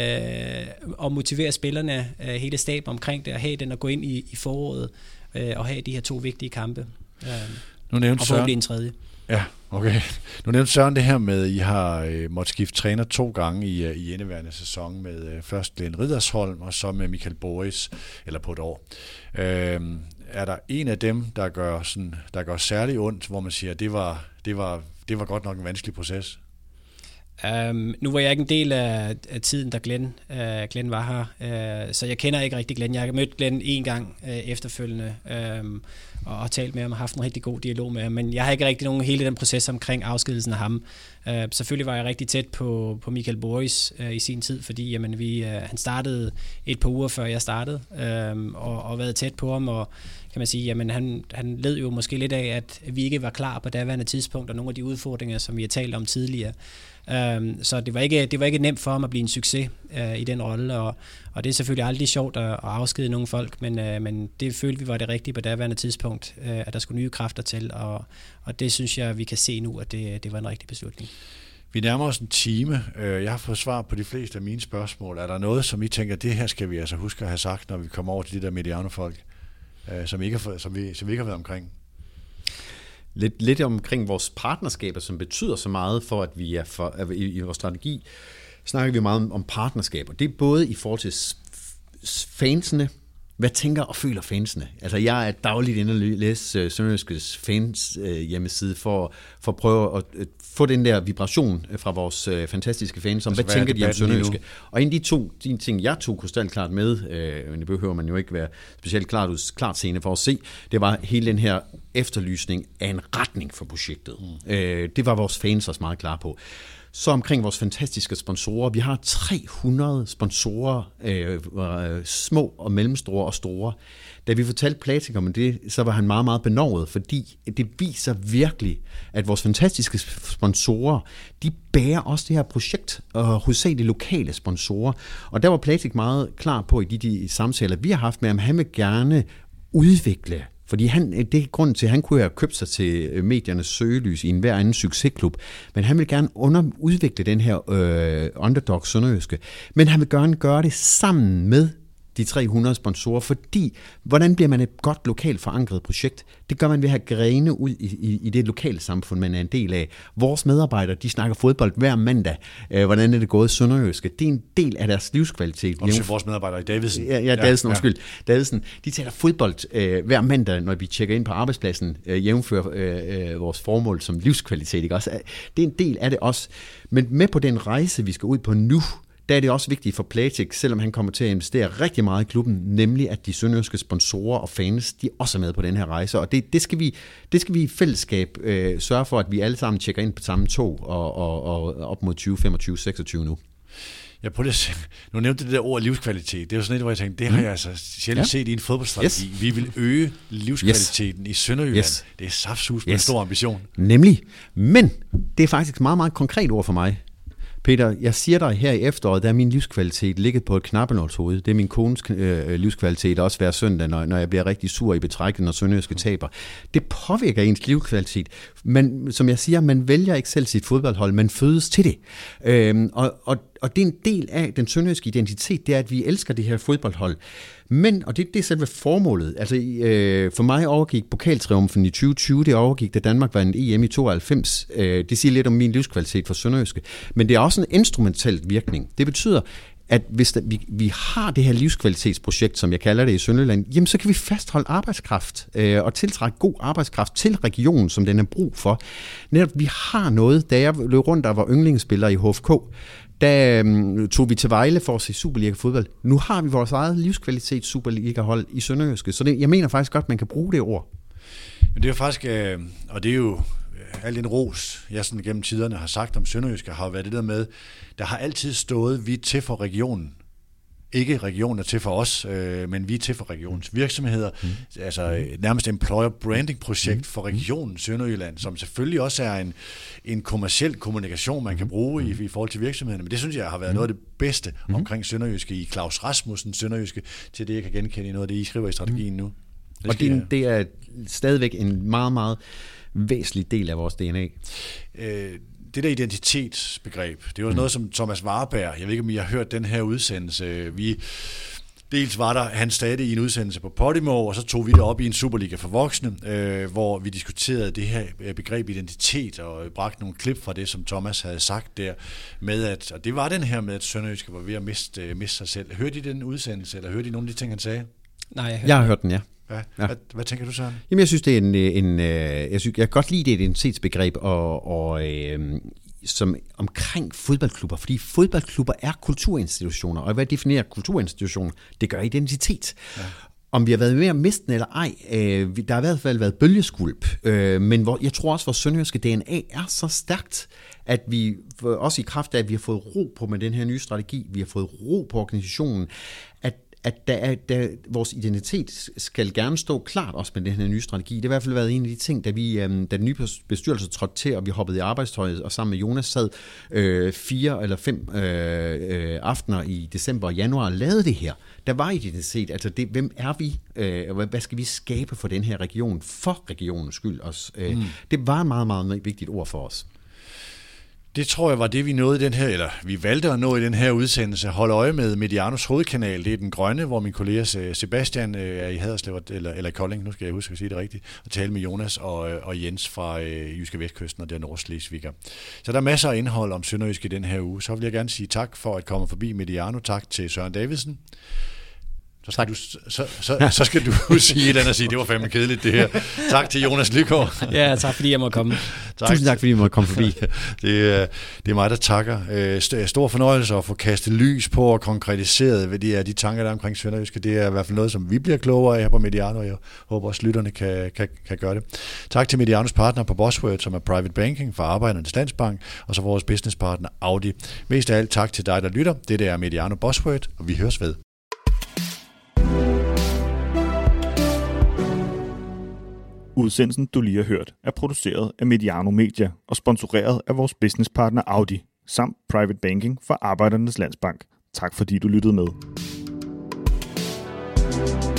Speaker 4: at motivere spillerne, hele staben omkring det, og have den at gå ind i foråret og have de her 2 vigtige kampe.
Speaker 2: Nu nævnte
Speaker 4: og forhåbentlig en tredje.
Speaker 2: Ja, okay. Nu nævnte Søren det her med, at I har måttet skifte træner 2 gange i indeværende sæson med først Glenn Riddersholm og så med Michael Boris, eller på et år. Er der en af dem, der gør særlig ondt, hvor man siger, det var godt nok en vanskelig proces?
Speaker 4: Nu var jeg ikke en del af tiden, da Glenn var her, så jeg kender ikke rigtig Glenn. Jeg har mødt Glenn en gang efterfølgende og talt med ham og haft en rigtig god dialog med ham, men jeg har ikke rigtig nogen hele den proces omkring afskedelsen af ham. Selvfølgelig var jeg rigtig tæt på Michael Boris i sin tid, fordi jamen, han startede et par uger før jeg startede, og været tæt på ham, og kan man sige, jamen han led jo måske lidt af, at vi ikke var klar på daværende tidspunkt, og nogle af de udfordringer, som vi har talt om tidligere. Så det var ikke nemt for ham at blive en succes i den rolle, og det er selvfølgelig aldrig sjovt at afskedige nogle folk, men det følte vi var det rigtige på daværende tidspunkt, at der skulle nye kræfter til, og det synes jeg, vi kan se nu, at det var en rigtig beslutning.
Speaker 2: Vi nærmer os en time. Jeg har fået svar på de fleste af mine spørgsmål. Er der noget, som I tænker, det her skal vi altså huske at have sagt, når vi kommer over til de der Mediano-folk, som vi ikke har været omkring?
Speaker 3: Lidt omkring vores partnerskaber, som betyder så meget for, at vi i vores strategi, snakker vi meget om partnerskaber. Det er både i forhold til fansene. Hvad tænker og føler fansene? Altså, jeg er dagligt inde og læse Sønderjyskes fans hjemmeside for at prøve at få den der vibration fra vores fantastiske fans om, hvad tænker de om Sønderjyske? Og en af de ting, jeg tog krystalklart med, men det behøver man jo ikke være specielt klart scene for at se, det var hele den her efterlysning af en retning for projektet. Det var vores fans også meget klar på. Så omkring vores fantastiske sponsorer. Vi har 300 sponsorer, små og mellemstore og store. Da vi fortalte Platik om det, så var han meget, meget benovet, fordi det viser virkelig, at vores fantastiske sponsorer, de bærer også det her projekt, og hovedsageligt lokale sponsorer. Og der var Platik meget klar på i de samtaler, vi har haft med ham. Han vil gerne udvikle. Fordi det er grunden til, at han kunne have købt sig til mediernes søgelys i en hver anden succesklub. Men han vil gerne udvikle den her underdog Sønderjyske. Men han vil gerne gøre det sammen med de 300 sponsorer, fordi hvordan bliver man et godt lokalt forankret projekt? Det gør man ved at have grene ud i det lokale samfund, man er en del af. Vores medarbejdere, de snakker fodbold hver mandag. Hvordan er det gået Sønderjyske? Det er en del af deres livskvalitet.
Speaker 2: Og til vores medarbejdere i Davidsen.
Speaker 3: Ja, Davidsen, undskyld. Davidsen, de taler fodbold hver mandag, når vi tjekker ind på arbejdspladsen, jævnfører vores formål som livskvalitet. Ikke? Også, det er en del af det også. Men med på den rejse, vi skal ud på nu, der er det også vigtigt for Platik, selvom han kommer til at investere rigtig meget i klubben, nemlig at de sønderjyske sponsorer og fans, de også er med på den her rejse. Og det skal vi i fællesskab sørge for, at vi alle sammen tjekker ind på samme tog og op mod 2025, 26 nu.
Speaker 2: Nu nævnte det der ord livskvalitet. Det er jo sådan et, hvor jeg tænkte, det har jeg altså sjældent set i en fodboldstrategi. Yes. Vi vil øge livskvaliteten i Sønderjylland. Yes. Det er saftsus med en stor ambition.
Speaker 3: Nemlig. Men det er faktisk meget, meget konkret ord for mig. Peter, jeg siger dig her i efteråret, der er min livskvalitet ligget på et knappenålshoved. Det er min kones livskvalitet også hver søndag, når jeg bliver rigtig sur i betrækket, når Sønderjyske taber. Det påvirker ens livskvalitet. Men som jeg siger, man vælger ikke selv sit fodboldhold, man fødes til det. Og det er en del af den sønderjyske identitet, det er, at vi elsker det her fodboldhold. Men, og det er selve formålet, altså for mig overgik pokaltriumfen i 2020, det overgik, da Danmark var en EM i 92. Det siger lidt om min livskvalitet for Sønderjyske. Men det er også en instrumentelt virkning. Det betyder, at hvis vi har det her livskvalitetsprojekt, som jeg kalder det i Sønderjylland, jamen så kan vi fastholde arbejdskraft og tiltrække god arbejdskraft til regionen, som den er brug for. Netop vi har noget, da jeg løb rundt og var yndlingsspiller i HFK, der tog vi til Vejle for at se Superliga-fodbold. Nu har vi vores eget livskvalitet Superliga-hold i Sønderjyske, så jeg mener faktisk godt, man kan bruge det ord.
Speaker 2: Det er jo faktisk, og det er jo al den ros, jeg sådan gennem tiderne har sagt om Sønderjyske, har været det der med, der har altid stået, vi er til for regionen. Ikke regionen er til for os, men vi er til for regionens virksomheder. Altså nærmest employer branding projekt for regionen Sønderjylland, som selvfølgelig også er en kommerciel kommunikation, man kan bruge i forhold til virksomhederne. Men det synes jeg har været noget af det bedste omkring Sønderjyske i Claus Rasmussen Sønderjyske, til det jeg kan genkende i noget af det, I skriver i strategien nu.
Speaker 3: Og det er stadigvæk en meget, meget væsentlig del af vores DNA.
Speaker 2: det der identitetsbegreb, det var noget som Thomas Warberg, jeg ved ikke, om I har hørt den her udsendelse. Dels var der han stadig i en udsendelse på Podimo, og så tog vi det op i en Superliga for voksne, hvor vi diskuterede det her begreb identitet, og bragte nogle klip fra det, som Thomas havde sagt der, med at, og det var den her med, at Sønderjyske var ved at miste sig selv. Hørte I den udsendelse, eller hørte I nogle af de ting, han sagde?
Speaker 3: Nej, jeg har hørt den, ja.
Speaker 2: Ja. Hvad tænker du, Søren?
Speaker 3: Jamen, jeg synes, det er jeg kan godt lide det identitetsbegreb, som omkring fodboldklubber, fordi fodboldklubber er kulturinstitutioner, og hvad definerer kulturinstitutioner? Det gør identitet. Ja. Om vi har været med at miste den eller ej, der har i hvert fald været bølgeskvulp, men jeg tror også, at vores sønderjyske DNA er så stærkt, at vi, også i kraft af, at vi har fået ro på med den her nye strategi, vi har fået ro på organisationen, at vores identitet skal gerne stå klart også med den her nye strategi. Det har i hvert fald været en af de ting, da den nye bestyrelse trådte til, og vi hoppede i arbejdstøjet, og sammen med Jonas sad 4 eller 5 aftener i december og januar og lavede det her. Der var identitet, altså hvem er vi? Hvad skal vi skabe for den her region, for regionens skyld også? Det var et meget, meget vigtigt ord for os.
Speaker 2: Det tror jeg var det, vi nåede i den her, eller vi valgte at nå i den her udsendelse. Hold øje med Medianos hovedkanal, det er den grønne, hvor min kollega Sebastian er i Haderslev, eller i Kolding, nu skal jeg huske at sige det rigtigt, og tale med Jonas og Jens fra Jyske Vestkysten og der Nordslesviger. Så der er masser af indhold om Sønderjysk i den her uge. Så vil jeg gerne sige tak for at komme forbi Mediano. Tak til Søren Davidsen. Så skal du sige et og sige, det var fandme kedeligt det her. Tak til Jonas Lygaard.
Speaker 4: Ja, tak fordi jeg må komme.
Speaker 3: Tusind tak fordi jeg må komme forbi.
Speaker 2: Det er mig, der takker. Stor fornøjelse at få kastet lys på og konkretiseret, hvad de tanker, der er omkring Sønderjyske. Det er i hvert fald noget, som vi bliver klogere af her på Mediano, og jeg håber også lytterne kan gøre det. Tak til Medianos partner på Bosworth, som er Private Banking for Arbejdernes Landsbank, og så vores businesspartner Audi. Mest af alt tak til dig, der lytter. Det er Mediano Bosworth, og vi høres ved.
Speaker 1: Udsendelsen, du lige har hørt, er produceret af Mediano Media og sponsoreret af vores businesspartner Audi, samt Private Banking for Arbejdernes Landsbank. Tak fordi du lyttede med.